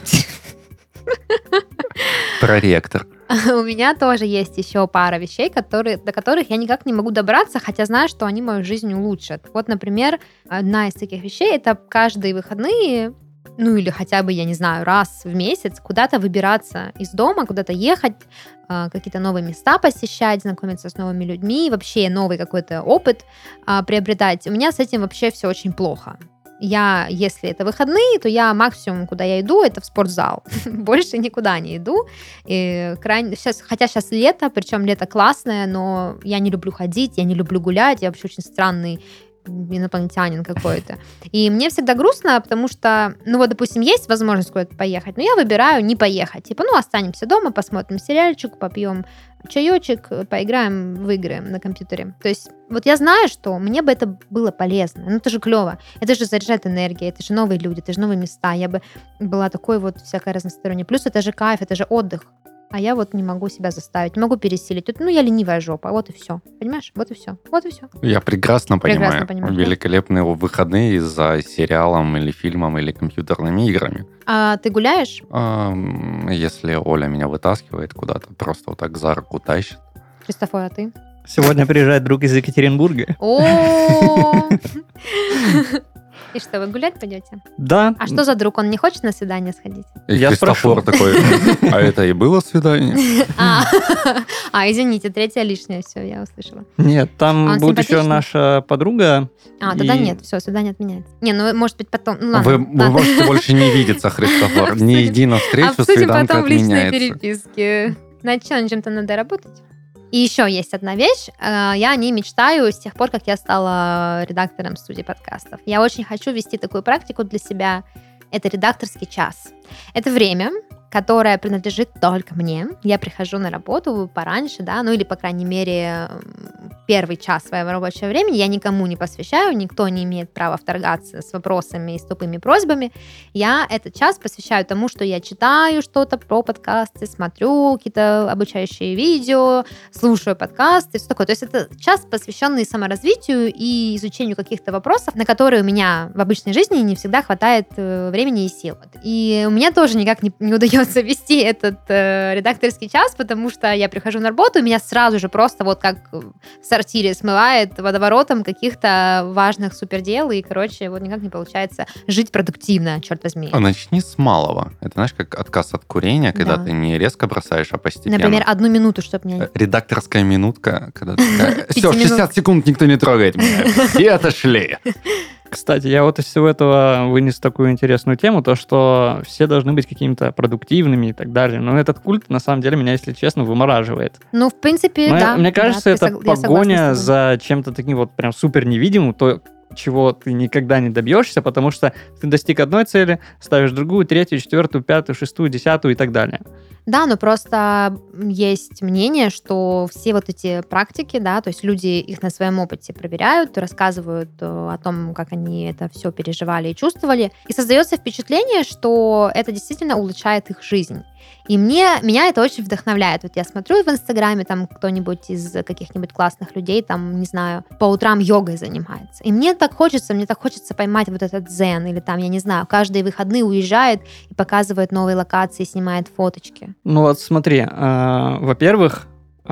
[SPEAKER 3] Проректор.
[SPEAKER 2] у меня тоже есть еще пара вещей, до которых я никак не могу добраться, хотя знаю, что они мою жизнь улучшат. Вот, например, одна из таких вещей — это каждые выходные, ну или хотя бы, я не знаю, раз в месяц куда-то выбираться из дома, куда-то ехать, какие-то новые места посещать, знакомиться с новыми людьми, вообще новый какой-то опыт приобретать. У меня с этим вообще все очень плохо. Если это выходные, то я максимум, куда я иду, это в спортзал. Больше никуда не иду. Хотя сейчас лето, причем лето классное, но я не люблю ходить, я не люблю гулять, я вообще очень странный инопланетянин какой-то. И мне всегда грустно, потому что, ну вот, допустим, есть возможность куда-то поехать, но я выбираю не поехать. Типа, ну, останемся дома, посмотрим сериальчик, попьем чаечек, поиграем в игры на компьютере. То есть, вот я знаю, что мне бы это было полезно. Ну, это же клево. Это же заряжает энергией, это же новые люди, это же новые места. Я бы была такой вот всякой разносторонней. Плюс это же кайф, это же отдых. А я вот не могу себя заставить, не могу пересилить. Ну, я ленивая жопа, вот и все. Понимаешь? Вот и все. Вот и все.
[SPEAKER 3] Я прекрасно
[SPEAKER 2] Прекрасно
[SPEAKER 3] понимаю.
[SPEAKER 2] понимаешь, да?
[SPEAKER 3] Великолепные выходные за сериалом или фильмом или компьютерными играми.
[SPEAKER 2] А ты гуляешь?
[SPEAKER 3] Если Оля меня вытаскивает куда-то, просто вот так за руку тащит.
[SPEAKER 2] Христофор, а ты?
[SPEAKER 1] Сегодня приезжает друг из Екатеринбурга.
[SPEAKER 2] О! И что, вы гулять пойдете?
[SPEAKER 1] Да.
[SPEAKER 2] А что за друг? Он не хочет на свидание сходить?
[SPEAKER 3] И
[SPEAKER 1] Я
[SPEAKER 3] Христофор
[SPEAKER 1] спрошу.
[SPEAKER 3] такой, а это и было свидание?
[SPEAKER 2] Извините, третья лишняя, все, я услышала.
[SPEAKER 1] Нет,
[SPEAKER 2] А
[SPEAKER 1] там
[SPEAKER 2] он
[SPEAKER 1] будет еще
[SPEAKER 2] симпатичный?
[SPEAKER 1] наша подруга.
[SPEAKER 2] Тогда
[SPEAKER 1] И-
[SPEAKER 2] нет, все, свидание отменяется. Не, ну, может быть, потом... Ну, ладно,
[SPEAKER 3] Вы
[SPEAKER 2] ладно.
[SPEAKER 3] можете больше не видеться, Христофор. Не иди на встречу,
[SPEAKER 2] Обсудим
[SPEAKER 3] свиданка
[SPEAKER 2] потом в личной
[SPEAKER 3] отменяется.
[SPEAKER 2] переписке. Над чем-то надо работать. И еще есть одна вещь. Я о ней мечтаю с тех пор, как я стала редактором студии подкастов. Я очень хочу вести такую практику для себя. Это редакторский час. Это время, которое принадлежит только мне. Я прихожу на работу пораньше, да, ну или, по крайней мере, первый час своего рабочего времени я никому не посвящаю, никто не имеет права вторгаться с вопросами и с тупыми просьбами. Я этот час посвящаю тому, что я читаю что-то про подкасты, смотрю какие-то обучающие видео, слушаю подкасты, все такое. То есть это час, посвященный саморазвитию и изучению каких-то вопросов, на которые у меня в обычной жизни не всегда хватает времени и сил. И у меня тоже никак не удается вести этот редакторский час, потому что я прихожу на работу, и меня сразу же просто вот как в сортире смывает водоворотом каких-то важных супердел, и, короче, вот никак не получается жить продуктивно, черт возьми.
[SPEAKER 3] А начни с малого. Это, знаешь, как отказ от курения, когда
[SPEAKER 2] Да.
[SPEAKER 3] ты не резко бросаешь, а постепенно.
[SPEAKER 2] Например, 1 минуту, чтобы мне...
[SPEAKER 3] Редакторская минутка, когда такая, все,
[SPEAKER 2] 5 минут.
[SPEAKER 3] 60 секунд никто не трогает меня. Все отошли.
[SPEAKER 1] Кстати, я вот из всего этого вынес такую интересную тему, то, что все должны быть какими-то продуктивными и так далее. Но этот культ, на самом деле, меня, если честно, вымораживает.
[SPEAKER 2] Ну, в принципе,
[SPEAKER 1] Но
[SPEAKER 2] да.
[SPEAKER 1] мне кажется,
[SPEAKER 2] да,
[SPEAKER 1] это
[SPEAKER 2] я согласна
[SPEAKER 1] погоня
[SPEAKER 2] с тобой.
[SPEAKER 1] за чем-то таким вот прям супер невидимым, то, чего ты никогда не добьешься, потому что ты достиг одной цели, ставишь другую, третью, четвертую, пятую, шестую, десятую и так далее.
[SPEAKER 2] Да, но просто есть мнение, что все вот эти практики, да, то есть люди их на своем опыте проверяют, рассказывают о том, как они это все переживали и чувствовали, и создается впечатление, что это действительно улучшает их жизнь. И меня это очень вдохновляет. Вот я смотрю в Инстаграме, там кто-нибудь из каких-нибудь классных людей, там, не знаю, по утрам йогой занимается. И мне так хочется поймать вот этот дзен, или там, я не знаю, каждые выходные уезжает и показывает новые локации, снимает фоточки.
[SPEAKER 1] Ну вот смотри, во-первых,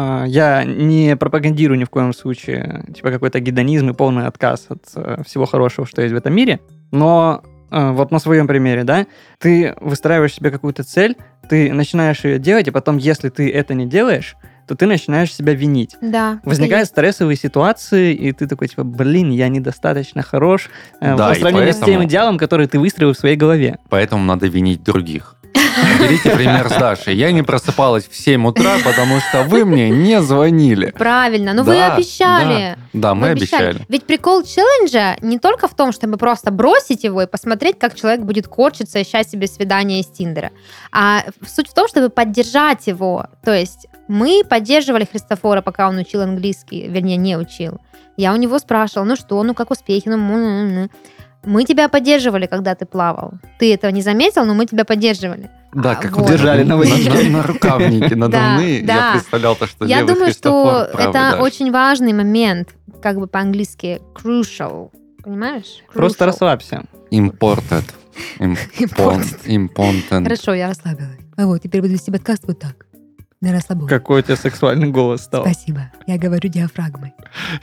[SPEAKER 1] я не пропагандирую ни в коем случае типа какой-то гедонизм и полный отказ от всего хорошего, что есть в этом мире, но вот на своем примере, да, ты выстраиваешь себе какую-то цель, ты начинаешь ее делать, и потом, если ты это не делаешь, то ты начинаешь себя винить.
[SPEAKER 2] Да.
[SPEAKER 1] Возникают стрессовые ситуации, и ты такой, типа, блин, я недостаточно хорош
[SPEAKER 3] Да,
[SPEAKER 1] по
[SPEAKER 3] и
[SPEAKER 1] сравнению с тем
[SPEAKER 3] поэтому-
[SPEAKER 1] идеалом, который ты выстроил в своей голове.
[SPEAKER 3] Поэтому надо винить других. Берите пример с Дашей. Я не просыпалась в 7 утра, потому что вы мне не звонили.
[SPEAKER 2] Правильно, но вы
[SPEAKER 3] Да,
[SPEAKER 2] обещали.
[SPEAKER 3] Да, мы
[SPEAKER 2] Вы
[SPEAKER 3] обещали.
[SPEAKER 2] Ведь прикол челленджа не только в том, чтобы просто бросить его и посмотреть, как человек будет корчиться, ища себе свидание из Тиндера. А суть в том, чтобы поддержать его. То есть мы поддерживали Христофора, пока он учил английский, вернее, не учил. Я у него спрашивала, ну что, ну как успехи, мы тебя поддерживали, когда ты плавал. Ты этого не заметил, но мы тебя поддерживали.
[SPEAKER 3] Да, как
[SPEAKER 2] вот.
[SPEAKER 1] Держали на водичке.
[SPEAKER 3] на рукавнике надувные.
[SPEAKER 2] Да.
[SPEAKER 3] Я представлял то, что
[SPEAKER 2] Я
[SPEAKER 3] делает
[SPEAKER 2] думаю, что
[SPEAKER 3] Христофор. Правда,
[SPEAKER 2] это
[SPEAKER 3] Даша.
[SPEAKER 2] очень важный момент, как бы по-английски crucial. Понимаешь?
[SPEAKER 1] Просто
[SPEAKER 2] Crucial.
[SPEAKER 1] расслабься.
[SPEAKER 3] Imported. Important.
[SPEAKER 2] Хорошо, я расслабилась. А вот, теперь буду вести подкаст вот так. На расслабон.
[SPEAKER 1] Какой у тебя сексуальный голос стал.
[SPEAKER 2] Спасибо. Я говорю диафрагмой.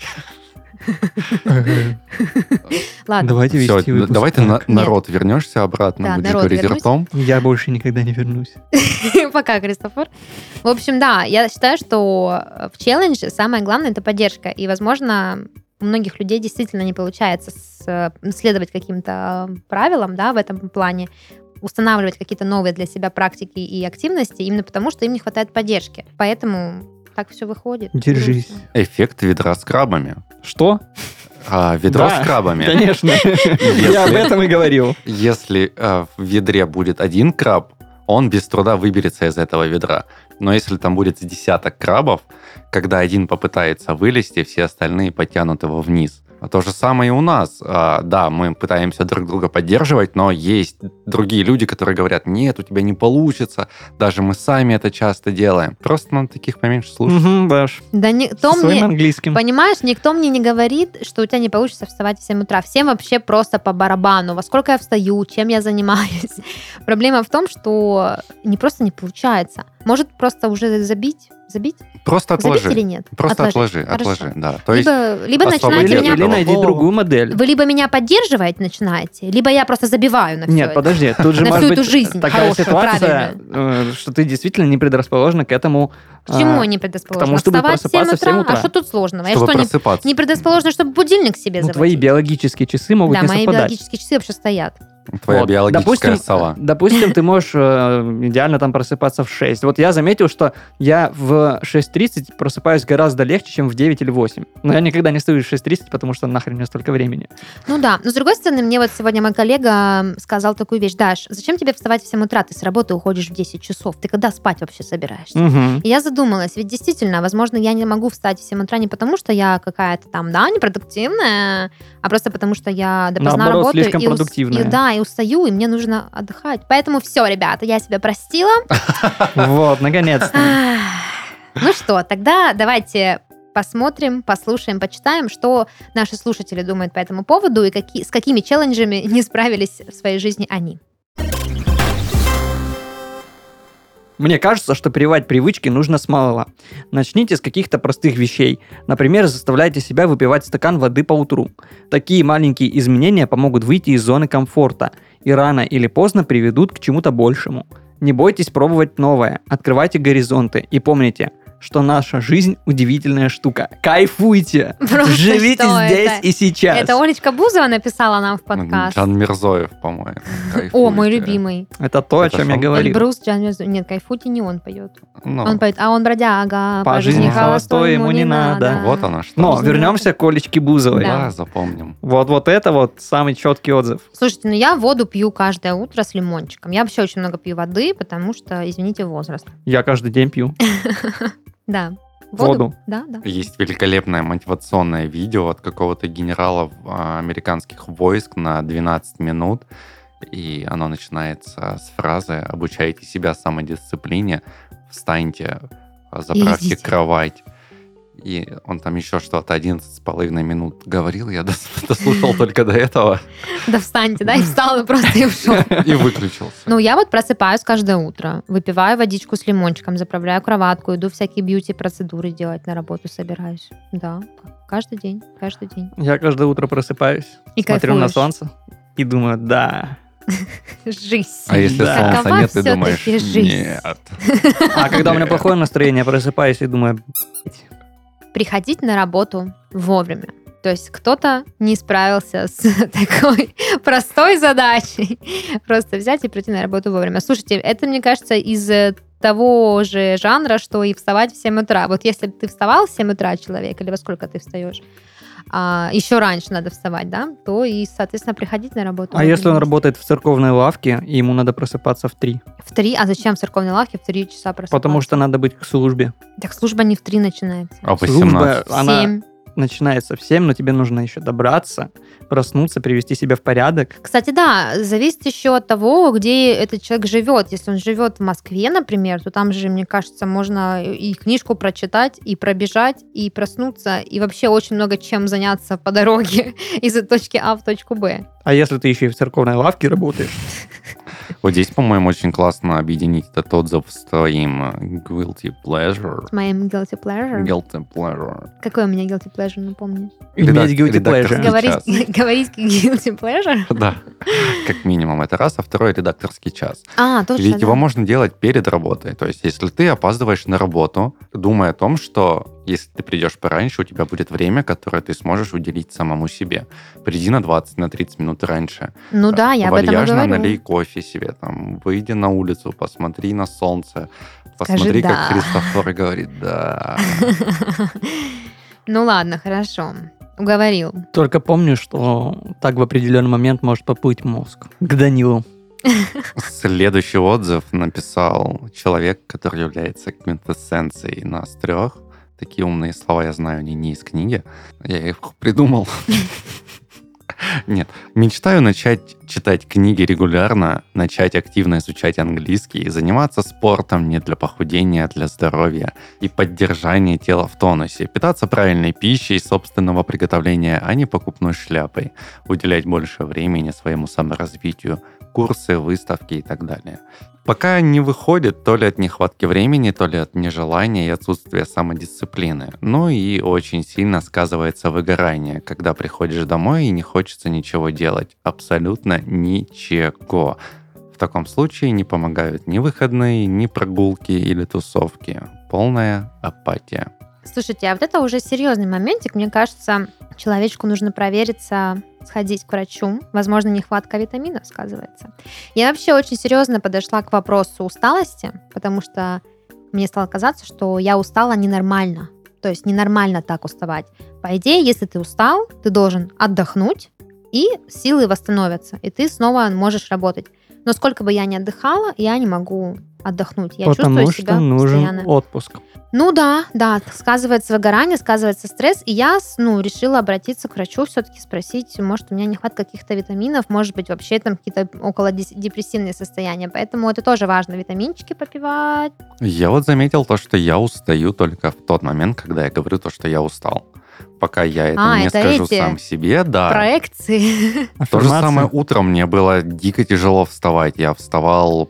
[SPEAKER 2] Ладно.
[SPEAKER 1] Давайте
[SPEAKER 3] Всё,
[SPEAKER 1] вести выпуск
[SPEAKER 3] давай ты
[SPEAKER 1] так.
[SPEAKER 3] на рот вернешься обратно,
[SPEAKER 2] Да,
[SPEAKER 3] будешь
[SPEAKER 2] народ
[SPEAKER 3] говорить
[SPEAKER 2] вернусь.
[SPEAKER 3] ртом.
[SPEAKER 1] Я больше никогда не вернусь.
[SPEAKER 2] Пока, Христофор. В общем, да, я считаю, что в челлендже самое главное — это поддержка. И, возможно, у многих людей действительно не получается следовать каким-то правилам, да, в этом плане, устанавливать какие-то новые для себя практики и активности, именно потому, что им не хватает поддержки. Поэтому так все выходит.
[SPEAKER 1] Держись.
[SPEAKER 2] Грустно.
[SPEAKER 3] Эффект ведра с крабами.
[SPEAKER 1] Что?
[SPEAKER 3] Ведро
[SPEAKER 1] Да,
[SPEAKER 3] с крабами.
[SPEAKER 1] Конечно. Я об этом и говорил.
[SPEAKER 3] Если в ведре будет один краб, он без труда выберется из этого ведра. Но если там будет с десяток крабов, когда один попытается вылезти, все остальные потянут его вниз. То же самое и у нас. Да, мы пытаемся друг друга поддерживать, но есть другие люди, которые говорят, нет, у тебя не получится. Даже мы сами это часто делаем. Просто надо таких поменьше слушать.
[SPEAKER 1] Угу, Даш.
[SPEAKER 2] Да никто
[SPEAKER 1] Со своим
[SPEAKER 2] мне...
[SPEAKER 1] английским.
[SPEAKER 2] Понимаешь, никто мне не говорит, что у тебя не получится вставать в 7 утра. Всем вообще просто по барабану. Во сколько я встаю, чем я занимаюсь. Проблема в том, что не просто не получается. Может, просто уже забить?
[SPEAKER 3] Просто отложи.
[SPEAKER 2] Забить или нет?
[SPEAKER 3] Просто отложи,
[SPEAKER 2] Хорошо.
[SPEAKER 3] да. То есть
[SPEAKER 2] Либо начинаете
[SPEAKER 3] освободи
[SPEAKER 2] меня...
[SPEAKER 3] от
[SPEAKER 1] Или
[SPEAKER 3] этого
[SPEAKER 1] найди
[SPEAKER 3] голову.
[SPEAKER 1] другую модель.
[SPEAKER 2] Вы либо меня поддерживаете начинаете, либо я просто забиваю на все
[SPEAKER 1] Нет, подожди, тут же
[SPEAKER 2] На
[SPEAKER 1] может
[SPEAKER 2] всю
[SPEAKER 1] быть
[SPEAKER 2] эту жизнь
[SPEAKER 1] такая
[SPEAKER 2] хорошую,
[SPEAKER 1] ситуация, что ты действительно не предрасположена к этому.
[SPEAKER 2] К чему я не предрасположена?
[SPEAKER 1] потому, чтобы
[SPEAKER 2] Вставать в 7
[SPEAKER 1] просыпаться в 7
[SPEAKER 2] утра?
[SPEAKER 1] утра.
[SPEAKER 2] А что тут сложного?
[SPEAKER 3] чтобы
[SPEAKER 2] Я что,
[SPEAKER 3] просыпаться.
[SPEAKER 2] не предрасположена, чтобы будильник себе
[SPEAKER 1] Ну,
[SPEAKER 2] заводить?
[SPEAKER 1] твои биологические часы могут
[SPEAKER 2] Да,
[SPEAKER 1] не
[SPEAKER 2] мои
[SPEAKER 1] совпадать.
[SPEAKER 2] биологические часы вообще стоят.
[SPEAKER 3] Твоя
[SPEAKER 1] Вот.
[SPEAKER 3] биологическая сова.
[SPEAKER 1] Допустим, ты можешь идеально там просыпаться в 6. Вот я заметил, что я в 6:30 просыпаюсь гораздо легче, чем в 9 или 8. Но я никогда не встаю в 6:30, потому что нахрен мне столько времени.
[SPEAKER 2] Ну да, но с другой стороны, мне вот сегодня мой коллега сказал такую вещь. Даш, зачем тебе вставать в 7 утра? Ты с работы уходишь в 10 часов. Ты когда спать вообще собираешься?
[SPEAKER 1] Мгм.
[SPEAKER 2] И я задумалась, ведь действительно, возможно, я не могу встать в 7 утра не потому, что я какая-то там, да, непродуктивная, а просто потому, что я допоздна
[SPEAKER 1] Наоборот,
[SPEAKER 2] работаю.
[SPEAKER 1] слишком продуктивная.
[SPEAKER 2] И устаю, и мне нужно отдыхать. Поэтому все, ребята, я себя простила.
[SPEAKER 1] Вот, наконец-то.
[SPEAKER 2] Ну что, тогда давайте посмотрим, послушаем, почитаем, что наши слушатели думают по этому поводу и с какими челленджами не справились в своей жизни они.
[SPEAKER 1] Мне кажется, что прививать привычки нужно с малого. Начните с каких-то простых вещей. Например, заставляйте себя выпивать стакан воды по утру. Такие маленькие изменения помогут выйти из зоны комфорта и рано или поздно приведут к чему-то большему. Не бойтесь пробовать новое, открывайте горизонты и помните, что наша жизнь удивительная штука. Кайфуйте!
[SPEAKER 2] Просто
[SPEAKER 1] Живите
[SPEAKER 2] что
[SPEAKER 1] здесь
[SPEAKER 2] это?
[SPEAKER 1] и сейчас.
[SPEAKER 2] Это Олечка Бузова написала нам в подкаст.
[SPEAKER 3] Жан Мирзоев, по-моему.
[SPEAKER 2] О, мой любимый.
[SPEAKER 1] Это то, о
[SPEAKER 3] Это
[SPEAKER 1] чем я
[SPEAKER 3] что?
[SPEAKER 1] говорил.
[SPEAKER 2] Эльбрус Джан Мирзоев. Нет, кайфуйте не он поет.
[SPEAKER 3] Ну,
[SPEAKER 2] Он поет, а он бродяга,
[SPEAKER 1] По жизни холостой ему не надо.
[SPEAKER 3] вот оно что.
[SPEAKER 1] Но
[SPEAKER 2] Жизнь
[SPEAKER 1] вернемся к Олечке Бузовой.
[SPEAKER 2] Да.
[SPEAKER 3] Да, запомним.
[SPEAKER 1] Вот это вот самый четкий отзыв.
[SPEAKER 2] Слушайте, ну я воду пью каждое утро с лимончиком. Я вообще очень много пью воды, потому что, извините, возраст.
[SPEAKER 1] Я каждый день пью.
[SPEAKER 2] Да.
[SPEAKER 1] Воду.
[SPEAKER 2] Да, да.
[SPEAKER 3] Есть великолепное мотивационное видео от какого-то генерала американских войск на 12 минут. И оно начинается с фразы «Обучайте себя самодисциплине, встаньте, заправьте
[SPEAKER 2] идите».
[SPEAKER 3] кровать». И он там еще что-то 11,5 минут говорил, я дослушал только до этого
[SPEAKER 2] Да встаньте, да, и встал, и просто и ушел.
[SPEAKER 3] и выключился.
[SPEAKER 2] Ну, я вот просыпаюсь каждое утро, выпиваю водичку с лимончиком, заправляю кроватку, иду всякие бьюти-процедуры делать, на работу собираюсь. Да, каждый день, каждый день.
[SPEAKER 1] Я каждое утро просыпаюсь,
[SPEAKER 2] И
[SPEAKER 1] смотрю на
[SPEAKER 2] кайфуешь.
[SPEAKER 1] солнце и думаю, да.
[SPEAKER 2] Жизнь.
[SPEAKER 3] А если
[SPEAKER 1] Да.
[SPEAKER 3] солнца
[SPEAKER 2] Какова
[SPEAKER 3] нет, ты думаешь,
[SPEAKER 2] всё-таки жизнь?
[SPEAKER 3] нет.
[SPEAKER 1] А когда у меня плохое настроение, я просыпаюсь и думаю,
[SPEAKER 2] Приходить на работу вовремя. То есть кто-то не справился с такой простой задачей. Просто взять и прийти на работу вовремя. Слушайте, это, мне кажется, из того же жанра, что и вставать в 7 утра. Вот если бы ты вставал в 7 утра, человек, или во сколько ты встаешь, еще раньше надо вставать, да, то и, соответственно, приходить на работу.
[SPEAKER 1] А если он работает в церковной лавке, и ему надо просыпаться в 3?
[SPEAKER 2] В 3? А зачем в церковной лавке в 3 часа просыпаться?
[SPEAKER 1] Потому что надо быть к службе.
[SPEAKER 2] Так служба не в 3 начинается.
[SPEAKER 3] А в
[SPEAKER 1] Служба,
[SPEAKER 3] 18.
[SPEAKER 2] В
[SPEAKER 1] она
[SPEAKER 2] 7.
[SPEAKER 1] начинается в 7, но тебе нужно еще добраться, проснуться, привести себя в порядок.
[SPEAKER 2] Кстати, да, зависит еще от того, где этот человек живет. Если он живет в Москве, например, то там же, мне кажется, можно и книжку прочитать, и пробежать, и проснуться, и вообще очень много чем заняться по дороге из точки А в точку Б.
[SPEAKER 1] А если ты еще и в церковной лавке работаешь?
[SPEAKER 3] Вот здесь, по-моему, очень классно объединить этот отзыв с твоим guilty pleasure.
[SPEAKER 2] С моим guilty pleasure.
[SPEAKER 3] Guilty pleasure.
[SPEAKER 2] Какой у меня guilty pleasure, напомню?
[SPEAKER 1] Иметь guilty
[SPEAKER 3] редакторский
[SPEAKER 1] pleasure.
[SPEAKER 3] час.
[SPEAKER 2] Говорить guilty pleasure?
[SPEAKER 3] Да, как минимум это раз, а второй редакторский час.
[SPEAKER 2] Точно,
[SPEAKER 3] Ведь
[SPEAKER 2] да.
[SPEAKER 3] его можно делать перед работой. То есть, если ты опаздываешь на работу, думая о том, что если ты придешь пораньше, у тебя будет время, которое ты сможешь уделить самому себе. Приди на 20, на 30 минут раньше.
[SPEAKER 2] Ну да, я об этом и
[SPEAKER 3] Вальяжно
[SPEAKER 2] говорю.
[SPEAKER 3] налей кофе себе, там, выйди на улицу, посмотри на солнце, посмотри,
[SPEAKER 2] «да».
[SPEAKER 3] как Христофор говорит «да».
[SPEAKER 2] Ну ладно, хорошо. Уговорил.
[SPEAKER 1] Только помню, что так в определенный момент может поплыть мозг. К Данилу.
[SPEAKER 3] Следующий отзыв написал человек, который является квинтэссенцией нас трех. Такие умные слова я знаю, они не из книги. Я их придумал. Нет. Мечтаю начать читать книги регулярно, начать активно изучать английский и заниматься спортом не для похудения, а для здоровья и поддержания тела в тонусе, питаться правильной пищей собственного приготовления, а не покупной шляпой, уделять больше времени своему саморазвитию, курсы, выставки и так далее. Пока не выходит то ли от нехватки времени, то ли от нежелания и отсутствия самодисциплины. Ну и очень сильно сказывается выгорание, когда приходишь домой и не хочется ничего делать. Абсолютно ничего. В таком случае не помогают ни выходные, ни прогулки или тусовки. Полная апатия.
[SPEAKER 2] Слушайте, а вот это уже серьезный моментик. Мне кажется, человечку нужно провериться, сходить к врачу. Возможно, нехватка витаминов сказывается. Я вообще очень серьезно подошла к вопросу усталости, потому что мне стало казаться, что я устала ненормально. То есть ненормально так уставать. По идее, если ты устал, ты должен отдохнуть, и силы восстановятся, и ты снова можешь работать. Но сколько бы я ни отдыхала, я не могу отдохнуть. Я
[SPEAKER 1] Потому
[SPEAKER 2] чувствую
[SPEAKER 1] что
[SPEAKER 2] себя
[SPEAKER 1] нужен
[SPEAKER 2] постоянно.
[SPEAKER 1] отпуск.
[SPEAKER 2] Ну да, сказывается выгорание, сказывается стресс, и я решила обратиться к врачу, все-таки спросить, может, у меня нехватка каких-то витаминов, может быть, вообще там какие-то около депрессивные состояния, поэтому это тоже важно, витаминчики попивать.
[SPEAKER 3] Я вот заметил то, что я устаю только в тот момент, когда я говорю то, что я устал. Пока я это не
[SPEAKER 2] это
[SPEAKER 3] скажу
[SPEAKER 2] эти
[SPEAKER 3] сам себе, да.
[SPEAKER 2] Проекции.
[SPEAKER 3] То же
[SPEAKER 1] Аффирмации.
[SPEAKER 3] самое утром мне было дико тяжело вставать. Я вставал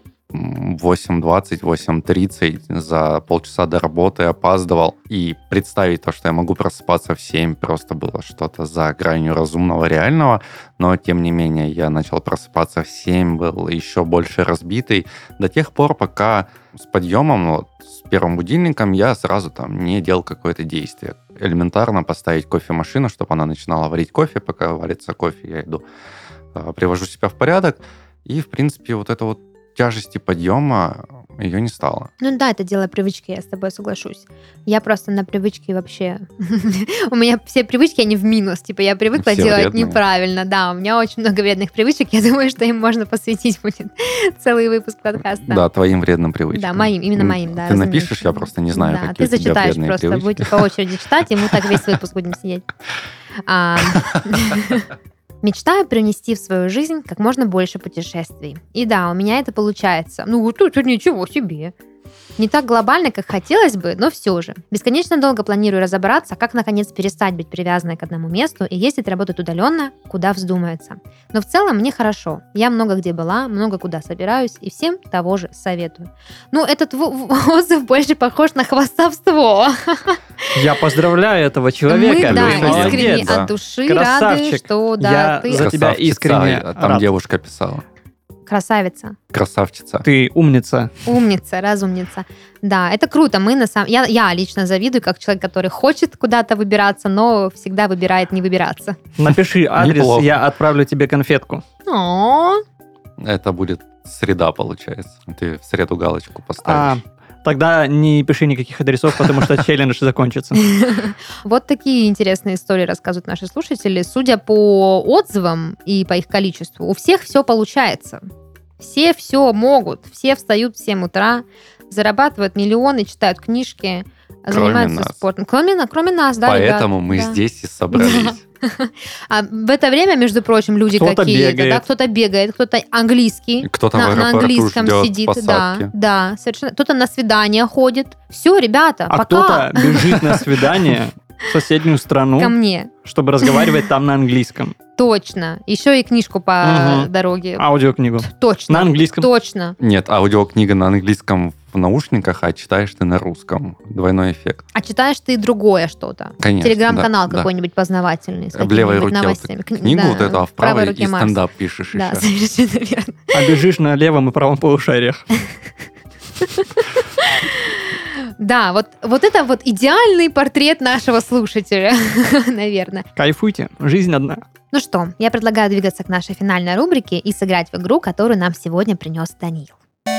[SPEAKER 3] 8:20, 8:30, за полчаса до работы опаздывал. И представить то, что я могу просыпаться в 7, просто было что-то за гранью разумного, реального. Но, тем не менее, я начал просыпаться в 7, был еще больше разбитый. До тех пор, пока с подъемом, с первым будильником, я сразу там не делал какое-то действие. Элементарно поставить кофемашину, чтобы она начинала варить кофе. Пока варится кофе, я иду, привожу себя в порядок. И, в принципе, вот это вот тяжести подъема, ее не стало.
[SPEAKER 2] Ну да, это дело привычки, я с тобой соглашусь. Я просто на привычке вообще... У меня все привычки, они в минус. Типа я привыкла
[SPEAKER 3] Все
[SPEAKER 2] делать
[SPEAKER 3] вредные.
[SPEAKER 2] неправильно. Да, у меня очень много вредных привычек. Я думаю, что им можно посвятить будет целый выпуск подкаста.
[SPEAKER 3] Да, твоим вредным привычкам.
[SPEAKER 2] Да, моим, именно моим, да.
[SPEAKER 3] Ты
[SPEAKER 2] разумеется.
[SPEAKER 3] напишешь, я просто не знаю,
[SPEAKER 2] Да,
[SPEAKER 3] какие
[SPEAKER 2] ты
[SPEAKER 3] у тебя
[SPEAKER 2] зачитаешь
[SPEAKER 3] вредные
[SPEAKER 2] просто,
[SPEAKER 3] привычки.
[SPEAKER 2] будете по очереди читать, и мы так весь выпуск будем сидеть. Мечтаю принести в свою жизнь как можно больше путешествий. И да, у меня это получается. Ну, вот это ничего себе. Не так глобально, как хотелось бы, но все же. Бесконечно долго планирую разобраться, как наконец перестать быть привязанной к одному месту и ездить работать удаленно, куда вздумается. Но в целом мне хорошо. Я много где была, много куда собираюсь и всем того же советую. Ну, этот отзыв больше похож на хвастовство.
[SPEAKER 1] Я поздравляю этого человека.
[SPEAKER 2] Мы, да,
[SPEAKER 1] Ты
[SPEAKER 3] молодец.
[SPEAKER 2] искренне
[SPEAKER 1] молодец.
[SPEAKER 2] от души
[SPEAKER 1] Красавчик.
[SPEAKER 2] рады, что да,
[SPEAKER 1] Я
[SPEAKER 2] ты...
[SPEAKER 1] за тебя
[SPEAKER 3] Красавчица,
[SPEAKER 1] искренне
[SPEAKER 3] там
[SPEAKER 1] рад.
[SPEAKER 3] девушка писала.
[SPEAKER 2] Красавица.
[SPEAKER 3] Красавчица.
[SPEAKER 1] Ты умница.
[SPEAKER 2] Умница, разумница. Да, это круто. Я лично завидую, как человек, который хочет куда-то выбираться, но всегда выбирает не выбираться.
[SPEAKER 1] Напиши адрес,
[SPEAKER 3] Неплохо.
[SPEAKER 1] я отправлю тебе конфетку.
[SPEAKER 2] О,
[SPEAKER 3] Это будет среда, получается. Ты в среду галочку поставишь.
[SPEAKER 1] Тогда не пиши никаких адресов, потому что челлендж закончится.
[SPEAKER 2] вот такие интересные истории рассказывают наши слушатели. Судя по отзывам и по их количеству, у всех все получается. Все могут. Все встают в 7 утра, зарабатывают миллионы, читают книжки, занимаются
[SPEAKER 3] нас.
[SPEAKER 2] спортом. Кроме нас, да,
[SPEAKER 3] Поэтому
[SPEAKER 2] ребят?
[SPEAKER 3] мы
[SPEAKER 2] Да.
[SPEAKER 3] здесь и собрались.
[SPEAKER 2] А в это время, между прочим, люди
[SPEAKER 1] Кто-то
[SPEAKER 2] какие-то,
[SPEAKER 1] бегает.
[SPEAKER 2] да, кто-то бегает, кто-то английский.
[SPEAKER 3] Кто-то в
[SPEAKER 2] На
[SPEAKER 3] аэропорту
[SPEAKER 2] английском
[SPEAKER 3] ждет
[SPEAKER 2] сидит,
[SPEAKER 3] посадки.
[SPEAKER 2] да, совершенно. Кто-то на свидание ходит. Все, ребята,
[SPEAKER 1] А
[SPEAKER 2] пока.
[SPEAKER 1] кто-то бежит на свидание в соседнюю страну,
[SPEAKER 2] Ко мне.
[SPEAKER 1] чтобы разговаривать там на английском.
[SPEAKER 2] Точно. Еще и книжку по
[SPEAKER 1] Мгм.
[SPEAKER 2] дороге.
[SPEAKER 1] Аудиокнигу.
[SPEAKER 2] Точно.
[SPEAKER 1] На английском.
[SPEAKER 2] Точно.
[SPEAKER 3] Нет, аудиокнига на английском в наушниках, а читаешь ты на русском. Двойной эффект.
[SPEAKER 2] А читаешь ты другое что-то.
[SPEAKER 3] Конечно,
[SPEAKER 2] Телеграм-канал
[SPEAKER 3] да,
[SPEAKER 2] какой-нибудь познавательный. С
[SPEAKER 3] В левой
[SPEAKER 2] какими-нибудь
[SPEAKER 3] руке вот
[SPEAKER 2] новостями.
[SPEAKER 3] книгу
[SPEAKER 2] Да,
[SPEAKER 3] вот эту, а в
[SPEAKER 2] правой
[SPEAKER 3] правой
[SPEAKER 2] руке
[SPEAKER 3] и
[SPEAKER 2] Марс.
[SPEAKER 3] стендап пишешь
[SPEAKER 2] Да,
[SPEAKER 3] еще.
[SPEAKER 2] совершенно верно.
[SPEAKER 1] А бежишь на левом и правом полушариях.
[SPEAKER 2] Да, вот это вот идеальный портрет нашего слушателя, наверное.
[SPEAKER 1] Кайфуйте, жизнь одна.
[SPEAKER 2] Ну что, я предлагаю двигаться к нашей финальной рубрике и сыграть в игру, которую нам сегодня принес Даниил.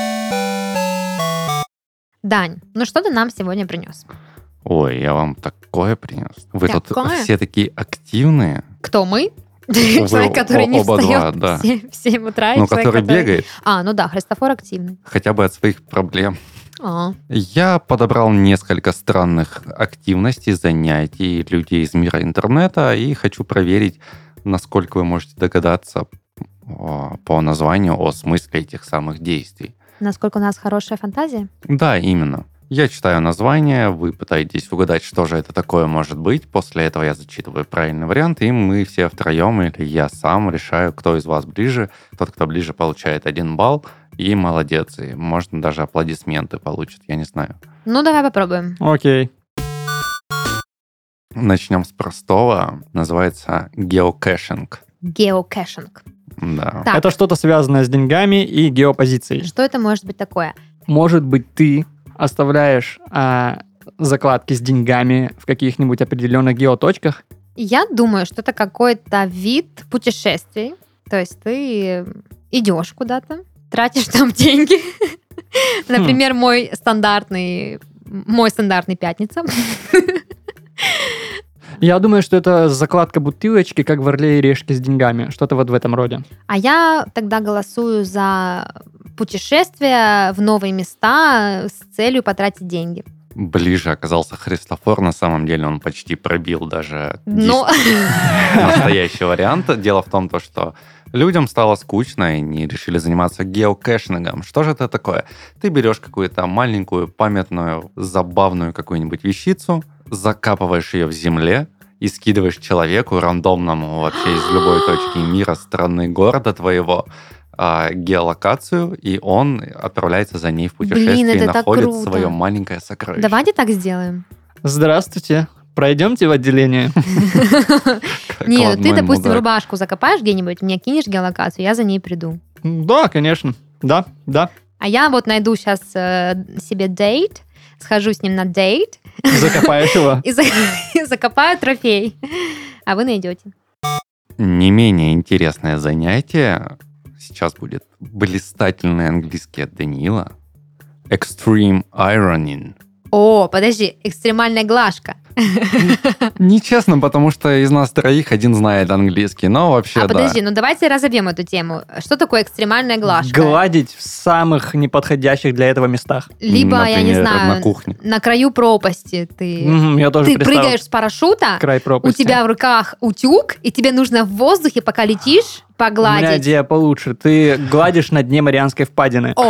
[SPEAKER 2] Дань, ну что ты нам сегодня принес?
[SPEAKER 3] Ой, я вам такое принес. Вы тут
[SPEAKER 2] Такое?
[SPEAKER 3] все такие активные.
[SPEAKER 2] Кто мы?
[SPEAKER 3] Вы
[SPEAKER 2] Человек, который не
[SPEAKER 3] оба два,
[SPEAKER 2] встает
[SPEAKER 3] да.
[SPEAKER 2] в 7 утра. и
[SPEAKER 3] Ну,
[SPEAKER 2] человек,
[SPEAKER 3] который бегает
[SPEAKER 2] Ну да, Христофор активный.
[SPEAKER 3] хотя бы от своих проблем.
[SPEAKER 2] А,
[SPEAKER 3] Я подобрал несколько странных активностей, занятий людей из мира интернета и хочу проверить, насколько вы можете догадаться по названию о смысле этих самых действий.
[SPEAKER 2] Насколько у нас хорошая фантазия?
[SPEAKER 3] Да, именно. Я читаю название, вы пытаетесь угадать, что же это такое может быть. После этого я зачитываю правильный вариант, и мы все втроем, или я сам решаю, кто из вас ближе. Тот, кто ближе, получает 1 балл, и молодец. И можно даже аплодисменты получит, я не знаю.
[SPEAKER 2] Ну, давай попробуем.
[SPEAKER 1] Окей.
[SPEAKER 3] Начнем с простого. Называется геокэшинг.
[SPEAKER 2] Геокэшинг.
[SPEAKER 3] Да.
[SPEAKER 2] Так.
[SPEAKER 1] Это что-то связанное с деньгами и геопозицией.
[SPEAKER 2] Что это может быть такое?
[SPEAKER 1] Может быть, ты оставляешь закладки с деньгами в каких-нибудь определенных геоточках?
[SPEAKER 2] Я думаю, что это какой-то вид путешествий. То есть ты идешь куда-то, тратишь там деньги. Например, мой стандартный пятница.
[SPEAKER 1] Я думаю, что это закладка бутылочки, как в «Орле и решке» с деньгами. Что-то вот в этом роде.
[SPEAKER 2] А я тогда голосую за путешествия в новые места с целью потратить деньги.
[SPEAKER 3] Ближе оказался Христофор. На самом деле он почти пробил даже
[SPEAKER 2] Но
[SPEAKER 3] настоящий вариант. Дело в том, что людям стало скучно, и они решили заниматься геокэшингом. Что же это такое? Ты берешь какую-то маленькую, памятную, забавную какую-нибудь вещицу, закапываешь ее в земле и скидываешь человеку, рандомному вообще из любой точки мира, страны, города твоего, геолокацию, и он отправляется за ней в путешествие.
[SPEAKER 2] Блин, это
[SPEAKER 3] и
[SPEAKER 2] так
[SPEAKER 3] находит
[SPEAKER 2] круто.
[SPEAKER 3] свое маленькое сокровище.
[SPEAKER 2] давайте так сделаем.
[SPEAKER 1] Здравствуйте. Пройдемте в отделение.
[SPEAKER 2] Нет, ты,
[SPEAKER 3] Ладно,
[SPEAKER 2] допустим,
[SPEAKER 3] мудак.
[SPEAKER 2] рубашку закопаешь где-нибудь, мне кинешь геолокацию, я за ней приду.
[SPEAKER 1] Да, конечно. Да.
[SPEAKER 2] А я вот найду сейчас себе дейт, схожу с ним на дейт
[SPEAKER 1] Закопаешь его.
[SPEAKER 2] и и закопаю трофей. А вы найдете.
[SPEAKER 3] Не менее интересное занятие сейчас будет блистательный английский от Даниила. Extreme ironing.
[SPEAKER 2] О, подожди, экстремальная глажка.
[SPEAKER 3] Нечестно, потому что из нас троих один знает английский, но вообще да.
[SPEAKER 2] Подожди, ну давайте разобьем эту тему. Что такое экстремальная глажка?
[SPEAKER 1] Гладить в самых неподходящих для этого местах.
[SPEAKER 2] Либо, я не
[SPEAKER 3] Например,
[SPEAKER 2] знаю,
[SPEAKER 3] на кухне.
[SPEAKER 2] на краю пропасти ты...
[SPEAKER 1] Я тоже
[SPEAKER 2] Ты
[SPEAKER 1] представил
[SPEAKER 2] прыгаешь с парашюта,
[SPEAKER 1] край
[SPEAKER 2] у
[SPEAKER 1] пропасти.
[SPEAKER 2] тебя в руках утюг, и тебе нужно в воздухе, пока летишь,
[SPEAKER 1] У меня
[SPEAKER 2] погладить.
[SPEAKER 1] идея получше. Ты гладишь на дне Марианской впадины.
[SPEAKER 2] О,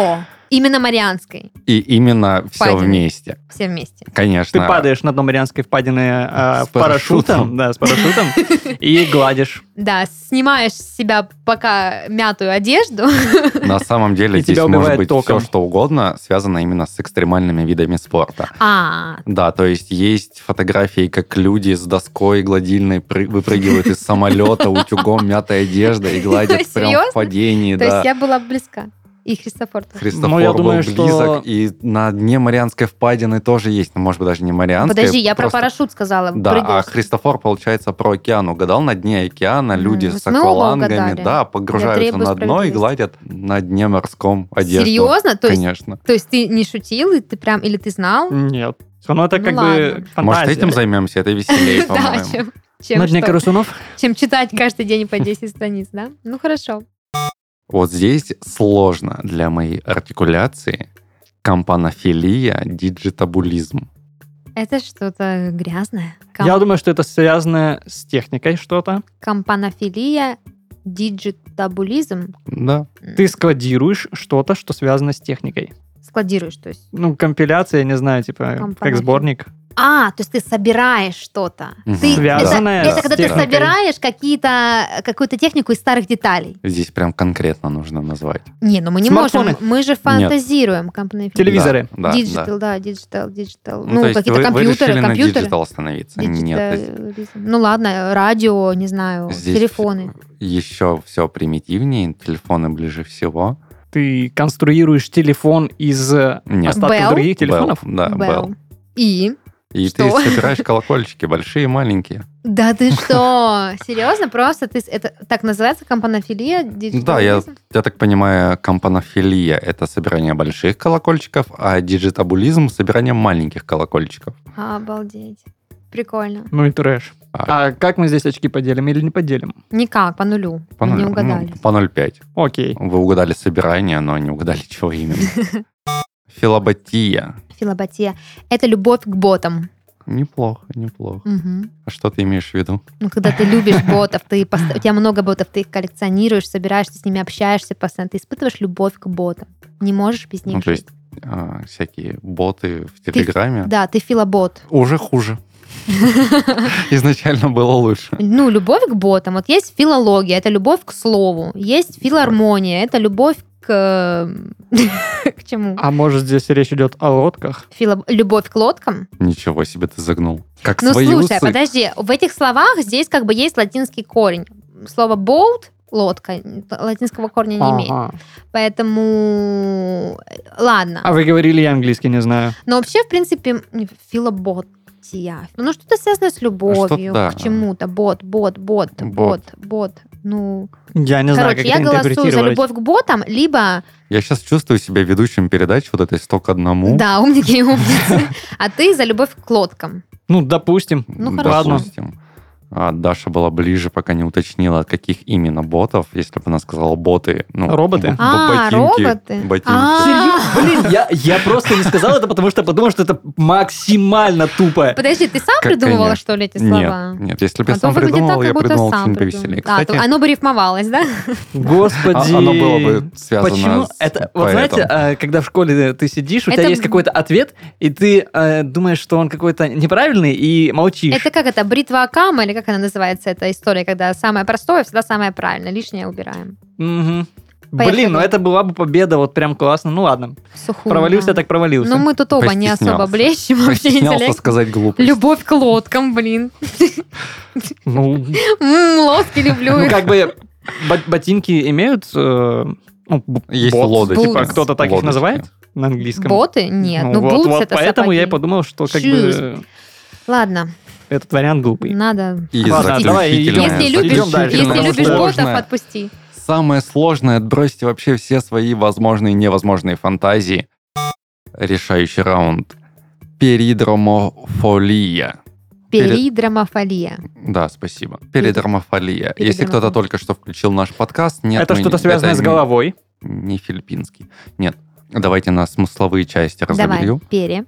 [SPEAKER 2] Именно Марианской.
[SPEAKER 3] И именно все
[SPEAKER 2] Впадины.
[SPEAKER 3] вместе.
[SPEAKER 2] Все вместе.
[SPEAKER 3] Конечно.
[SPEAKER 1] Ты падаешь на дно Марианской впадины
[SPEAKER 3] С
[SPEAKER 1] с парашютом, да, с парашютом, и гладишь.
[SPEAKER 2] Да, снимаешь с себя пока мятую одежду.
[SPEAKER 3] На самом деле
[SPEAKER 1] И
[SPEAKER 3] здесь
[SPEAKER 1] тебя
[SPEAKER 3] может
[SPEAKER 1] убивает
[SPEAKER 3] быть
[SPEAKER 1] током.
[SPEAKER 3] все, что угодно, связано именно с экстремальными видами спорта. Да, то есть фотографии, как люди с доской гладильной выпрыгивают из самолета, утюгом мятой одежды и гладят прям
[SPEAKER 2] Серьезно?
[SPEAKER 3] в падении.
[SPEAKER 2] То есть
[SPEAKER 3] Да.
[SPEAKER 2] я была близка. И Христофор тоже.
[SPEAKER 3] Христофор
[SPEAKER 1] Ну, я
[SPEAKER 3] был
[SPEAKER 1] думаю,
[SPEAKER 3] близок,
[SPEAKER 1] что-
[SPEAKER 3] и на дне Марианской впадины тоже есть, ну, может быть, даже не Марианская.
[SPEAKER 2] Подожди, я про
[SPEAKER 3] просто-
[SPEAKER 2] парашют сказала.
[SPEAKER 3] Да,
[SPEAKER 2] прыгаешь.
[SPEAKER 3] а Христофор, получается, про океан угадал. На дне океана люди
[SPEAKER 2] Вы
[SPEAKER 3] с
[SPEAKER 2] мы оба
[SPEAKER 3] аквалангами,
[SPEAKER 2] угадали.
[SPEAKER 3] да,
[SPEAKER 2] Я
[SPEAKER 3] погружаются
[SPEAKER 2] требую
[SPEAKER 3] на дно и
[SPEAKER 2] справедливости.
[SPEAKER 3] гладят на дне морском одежду.
[SPEAKER 2] Серьезно? То есть,
[SPEAKER 3] Конечно.
[SPEAKER 2] то есть ты не шутил, и ты прям, или ты знал?
[SPEAKER 1] Нет. Ну, это
[SPEAKER 2] Ну,
[SPEAKER 1] как
[SPEAKER 2] ладно.
[SPEAKER 1] бы фантазия.
[SPEAKER 3] Может, этим займемся? Это веселее,
[SPEAKER 2] Да,
[SPEAKER 3] по-моему.
[SPEAKER 2] чем
[SPEAKER 1] На дне
[SPEAKER 2] что?
[SPEAKER 1] Карасунов?
[SPEAKER 2] Чем читать каждый день по 10 страниц, да? Ну, хорошо.
[SPEAKER 3] Вот здесь сложно для моей артикуляции. Компанофилия, диджитабулизм.
[SPEAKER 2] Это что-то грязное.
[SPEAKER 1] Я думаю, что это связано с техникой что-то.
[SPEAKER 2] Компанофилия, диджитабулизм.
[SPEAKER 3] Да.
[SPEAKER 1] Ты складируешь что-то, что связано с техникой.
[SPEAKER 2] Складируешь, то есть.
[SPEAKER 1] Ну, компиляция, не знаю, типа, как
[SPEAKER 2] Компонофилия.
[SPEAKER 1] сборник.
[SPEAKER 2] А, то есть ты собираешь что-то.
[SPEAKER 3] Мгм.
[SPEAKER 2] Ты,
[SPEAKER 1] Связанное
[SPEAKER 2] это
[SPEAKER 1] с
[SPEAKER 2] когда ты
[SPEAKER 1] техникой.
[SPEAKER 2] собираешь какую-то технику из старых деталей.
[SPEAKER 3] Здесь прям конкретно нужно назвать.
[SPEAKER 2] Не, ну мы не
[SPEAKER 1] Смартфоны.
[SPEAKER 2] можем. Мы же фантазируем. Компанофилия.
[SPEAKER 1] Телевизоры.
[SPEAKER 3] Да,
[SPEAKER 2] Диджитал,
[SPEAKER 3] да.
[SPEAKER 2] да, диджитал.
[SPEAKER 3] Ну,
[SPEAKER 2] Ну,
[SPEAKER 3] то есть
[SPEAKER 2] какие-то
[SPEAKER 3] вы
[SPEAKER 2] компьютеры,
[SPEAKER 3] решили на
[SPEAKER 2] компьютеры.
[SPEAKER 3] диджитал остановиться. Нет,
[SPEAKER 2] Диджитализм. Ну ладно, радио, не знаю,
[SPEAKER 3] здесь
[SPEAKER 2] телефоны.
[SPEAKER 3] еще все примитивнее, телефоны ближе всего.
[SPEAKER 1] Ты конструируешь телефон из
[SPEAKER 3] Нет.
[SPEAKER 1] остатков
[SPEAKER 2] Bell?
[SPEAKER 1] других телефонов.
[SPEAKER 3] Bell, да,
[SPEAKER 2] Bell.
[SPEAKER 3] Bell.
[SPEAKER 2] И?
[SPEAKER 3] И
[SPEAKER 2] Что?
[SPEAKER 3] ты собираешь колокольчики, большие и маленькие.
[SPEAKER 2] Да ты что? Серьезно? Просто ты это так называется компанофилия?
[SPEAKER 3] Да, я так понимаю, компанофилия — это собирание больших колокольчиков, а диджитабулизм — собирание маленьких колокольчиков.
[SPEAKER 2] Обалдеть. Прикольно.
[SPEAKER 1] Ну и трэш. А как мы здесь очки поделим или не поделим?
[SPEAKER 2] Никак, по нулю.
[SPEAKER 3] По
[SPEAKER 2] Мы не
[SPEAKER 3] нулю,
[SPEAKER 2] угадали.
[SPEAKER 3] ну, по 0,5.
[SPEAKER 1] Окей.
[SPEAKER 3] Вы угадали собирание, но не угадали, чего именно. Филоботия.
[SPEAKER 2] Филоботия. Это любовь к ботам.
[SPEAKER 3] Неплохо, неплохо.
[SPEAKER 2] Мгм.
[SPEAKER 3] А что ты имеешь в виду?
[SPEAKER 2] Ну, когда ты любишь ботов, у тебя много ботов, ты их коллекционируешь, собираешь, ты с ними общаешься постоянно, ты испытываешь любовь к ботам. Не можешь без них
[SPEAKER 3] Ну, то
[SPEAKER 2] жить.
[SPEAKER 3] есть всякие боты в Телеграме.
[SPEAKER 2] Да, ты филобот.
[SPEAKER 3] Уже хуже. Изначально было лучше.
[SPEAKER 2] Ну, любовь к ботам. Вот есть филология, это любовь к слову. Есть филармония, это любовь к... К чему?
[SPEAKER 1] А может, здесь речь идет о лодках?
[SPEAKER 2] Любовь к лодкам?
[SPEAKER 3] Ничего себе ты загнул. Как
[SPEAKER 2] Ну,
[SPEAKER 3] свои
[SPEAKER 2] слушай,
[SPEAKER 3] усы.
[SPEAKER 2] подожди. В этих словах здесь как бы есть латинский корень. Слово boat, лодка, латинского корня не имеет.
[SPEAKER 1] Ага.
[SPEAKER 2] Поэтому, ладно.
[SPEAKER 1] А вы говорили, я английский не знаю.
[SPEAKER 2] Но вообще, в принципе, филоботия. Ну, что-то связанное с любовью,
[SPEAKER 3] да.
[SPEAKER 2] к чему-то. Бот. Ну,
[SPEAKER 1] Я не знаю,
[SPEAKER 2] короче,
[SPEAKER 1] как
[SPEAKER 2] я
[SPEAKER 1] это
[SPEAKER 2] голосую за
[SPEAKER 1] интерпретировать.
[SPEAKER 2] любовь к ботам, либо,
[SPEAKER 3] Я сейчас чувствую себя ведущим передач вот этой 100 к 1.
[SPEAKER 2] да, умники и умницы, а ты за любовь к лодкам.
[SPEAKER 1] Ну, допустим.
[SPEAKER 2] Ну, хорошо.
[SPEAKER 1] Ладно.
[SPEAKER 3] Допустим. А Даша была ближе, пока не уточнила, каких именно ботов. Если бы она сказала боты. Ну,
[SPEAKER 1] Роботы?
[SPEAKER 2] Роботы?
[SPEAKER 3] Ботинки.
[SPEAKER 1] Блин, я просто не сказал это, потому что подумал, что это максимально тупо.
[SPEAKER 2] Подожди, ты сам
[SPEAKER 3] Как,
[SPEAKER 2] придумывала,
[SPEAKER 3] конечно.
[SPEAKER 2] что ли, эти слова?
[SPEAKER 3] Нет, если бы я
[SPEAKER 2] А то
[SPEAKER 3] сам
[SPEAKER 2] выглядит
[SPEAKER 3] придумал,
[SPEAKER 2] так,
[SPEAKER 3] я
[SPEAKER 2] как будто
[SPEAKER 3] придумал
[SPEAKER 2] сам
[SPEAKER 3] что-нибудь
[SPEAKER 2] придумал.
[SPEAKER 3] повеселее.
[SPEAKER 2] А,
[SPEAKER 3] Кстати,
[SPEAKER 2] оно бы рифмовалось, да?
[SPEAKER 1] Господи.
[SPEAKER 3] оно было бы связано
[SPEAKER 1] Почему?
[SPEAKER 3] с
[SPEAKER 1] Это, вот
[SPEAKER 3] поэтом.
[SPEAKER 1] знаете, когда в школе ты сидишь, у тебя
[SPEAKER 2] Это-
[SPEAKER 1] есть какой-то ответ, и ты думаешь, что он какой-то неправильный, и молчишь.
[SPEAKER 2] Это как это, бритва Акама, или как она называется, эта история, когда самое простое всегда самое правильное, лишнее убираем.
[SPEAKER 1] Мгм.
[SPEAKER 2] Поехали.
[SPEAKER 1] Блин, ну это была бы победа, вот прям классно. Ну ладно,
[SPEAKER 2] Сухую,
[SPEAKER 1] провалился
[SPEAKER 2] да.
[SPEAKER 1] так провалился.
[SPEAKER 2] Ну, мы тут оба не особо
[SPEAKER 3] Постеснялся.
[SPEAKER 2] блещем вообще
[SPEAKER 3] Постеснялся
[SPEAKER 2] интеллект.
[SPEAKER 3] сказать глупость.
[SPEAKER 2] Любовь к лодкам, блин.
[SPEAKER 1] Ну,
[SPEAKER 2] Лодки люблю.
[SPEAKER 1] ну,
[SPEAKER 2] их.
[SPEAKER 1] как бы ботинки имеют...
[SPEAKER 3] Есть
[SPEAKER 1] бот,
[SPEAKER 3] лодочки.
[SPEAKER 1] Типа кто-то так их
[SPEAKER 3] Лодочки.
[SPEAKER 1] называет на английском?
[SPEAKER 2] Боты? Нет. Ну,
[SPEAKER 1] вот,
[SPEAKER 2] бутсы
[SPEAKER 1] вот
[SPEAKER 2] это
[SPEAKER 1] поэтому я и
[SPEAKER 2] сапоги.
[SPEAKER 1] подумал, что как
[SPEAKER 2] Shoes.
[SPEAKER 1] бы
[SPEAKER 2] Ладно,
[SPEAKER 1] этот вариант глупый.
[SPEAKER 2] надо...
[SPEAKER 3] И
[SPEAKER 1] Ладно, давай идем.
[SPEAKER 3] заключительное,
[SPEAKER 2] Если любишь,
[SPEAKER 1] идем дальше,
[SPEAKER 2] если
[SPEAKER 1] потому
[SPEAKER 2] любишь
[SPEAKER 1] что
[SPEAKER 2] ботов,
[SPEAKER 3] сложное.
[SPEAKER 2] отпусти.
[SPEAKER 3] Самое сложное — отбросьте вообще все свои возможные и невозможные фантазии. Решающий раунд. Перидромофолия.
[SPEAKER 2] Перидромофалия.
[SPEAKER 3] Да, спасибо. Перидромофолия. Если кто-то только что включил наш подкаст, нет,
[SPEAKER 1] Это
[SPEAKER 3] мы
[SPEAKER 1] что-то
[SPEAKER 3] не-
[SPEAKER 1] связанное
[SPEAKER 3] это
[SPEAKER 1] с головой.
[SPEAKER 3] Не филиппинский. Нет. Давайте на смысловые части
[SPEAKER 2] Давай,
[SPEAKER 3] разобью.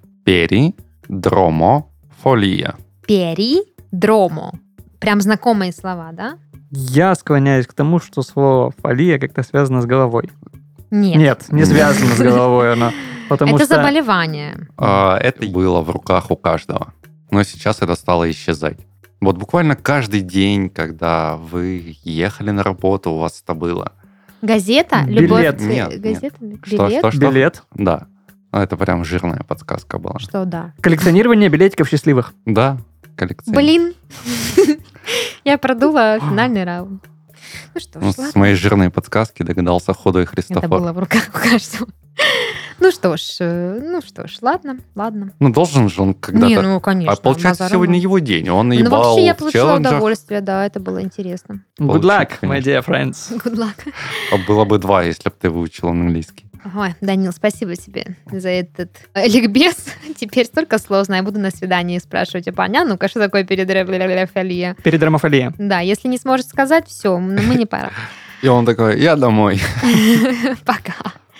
[SPEAKER 3] Перидромофолия.
[SPEAKER 2] Перидромо. Прям знакомые слова, да?
[SPEAKER 1] Я склоняюсь к тому, что слово фолия как-то связано с головой.
[SPEAKER 2] Нет.
[SPEAKER 1] не связано с головой оно. Потому
[SPEAKER 2] Это
[SPEAKER 1] что
[SPEAKER 2] заболевание.
[SPEAKER 3] Это было в руках у каждого. Но сейчас это стало исчезать. Вот буквально каждый день, когда вы ехали на работу, у вас это было.
[SPEAKER 2] Газета?
[SPEAKER 1] Билет.
[SPEAKER 2] Любовь?
[SPEAKER 3] Нет,
[SPEAKER 2] Газета?
[SPEAKER 3] Что,
[SPEAKER 2] Билет?
[SPEAKER 3] что, что?
[SPEAKER 1] билет.
[SPEAKER 3] Да. Это прям жирная подсказка была.
[SPEAKER 2] Что, да.
[SPEAKER 1] Коллекционирование билетиков счастливых.
[SPEAKER 3] Да, коллекция.
[SPEAKER 2] Блин. Я продула финальный раунд. Ну что ж,
[SPEAKER 3] С
[SPEAKER 2] ладно.
[SPEAKER 3] моей жирной подсказки догадался ходу и
[SPEAKER 2] Это
[SPEAKER 3] Христофор.
[SPEAKER 2] было в руках у каждого. Ну что ж, ладно.
[SPEAKER 3] Ну, должен же он когда-то...
[SPEAKER 2] Не, ну, конечно.
[SPEAKER 3] А получается,
[SPEAKER 2] базар
[SPEAKER 3] сегодня
[SPEAKER 2] мало.
[SPEAKER 3] его день. Он
[SPEAKER 2] Ну,
[SPEAKER 3] ебал
[SPEAKER 2] вообще, я
[SPEAKER 3] в
[SPEAKER 2] получила
[SPEAKER 3] челленджах.
[SPEAKER 2] удовольствие, да, это было интересно.
[SPEAKER 1] Good luck,
[SPEAKER 3] Получить,
[SPEAKER 1] my dear friends.
[SPEAKER 2] Good luck.
[SPEAKER 3] А было бы 2, если бы ты выучил английский.
[SPEAKER 2] Ой, Данил, спасибо тебе за этот ликбез. Теперь столько слов знаю. Буду на свидании спрашивать у парня. Ну-ка, что такое передромофилия?
[SPEAKER 1] Передромофилия.
[SPEAKER 2] Да, если не сможет сказать, все, мы не пора.
[SPEAKER 3] И он такой, я домой.
[SPEAKER 2] Пока.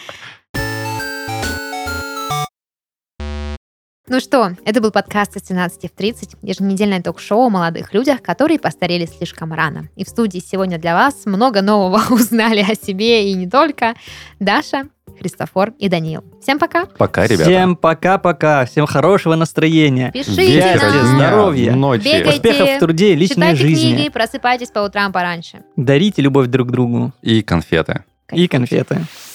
[SPEAKER 2] Ну что, это был подкаст из 13 в 30, еженедельное ток-шоу о молодых людях, которые постарели слишком рано. И в студии сегодня для вас много нового узнали о себе и не только. Даша, Христофор и Даниил. Всем пока.
[SPEAKER 3] Пока, ребята.
[SPEAKER 1] Всем пока-пока. Всем хорошего настроения.
[SPEAKER 2] Пишите
[SPEAKER 1] Счастья,
[SPEAKER 2] нам.
[SPEAKER 1] здоровья,
[SPEAKER 3] ночи.
[SPEAKER 2] Бегайте.
[SPEAKER 1] успехов в труде и личной
[SPEAKER 2] Читайте
[SPEAKER 1] жизни.
[SPEAKER 2] книги, просыпайтесь по утрам пораньше.
[SPEAKER 1] Дарите любовь друг другу
[SPEAKER 3] И конфеты.
[SPEAKER 1] и конфеты.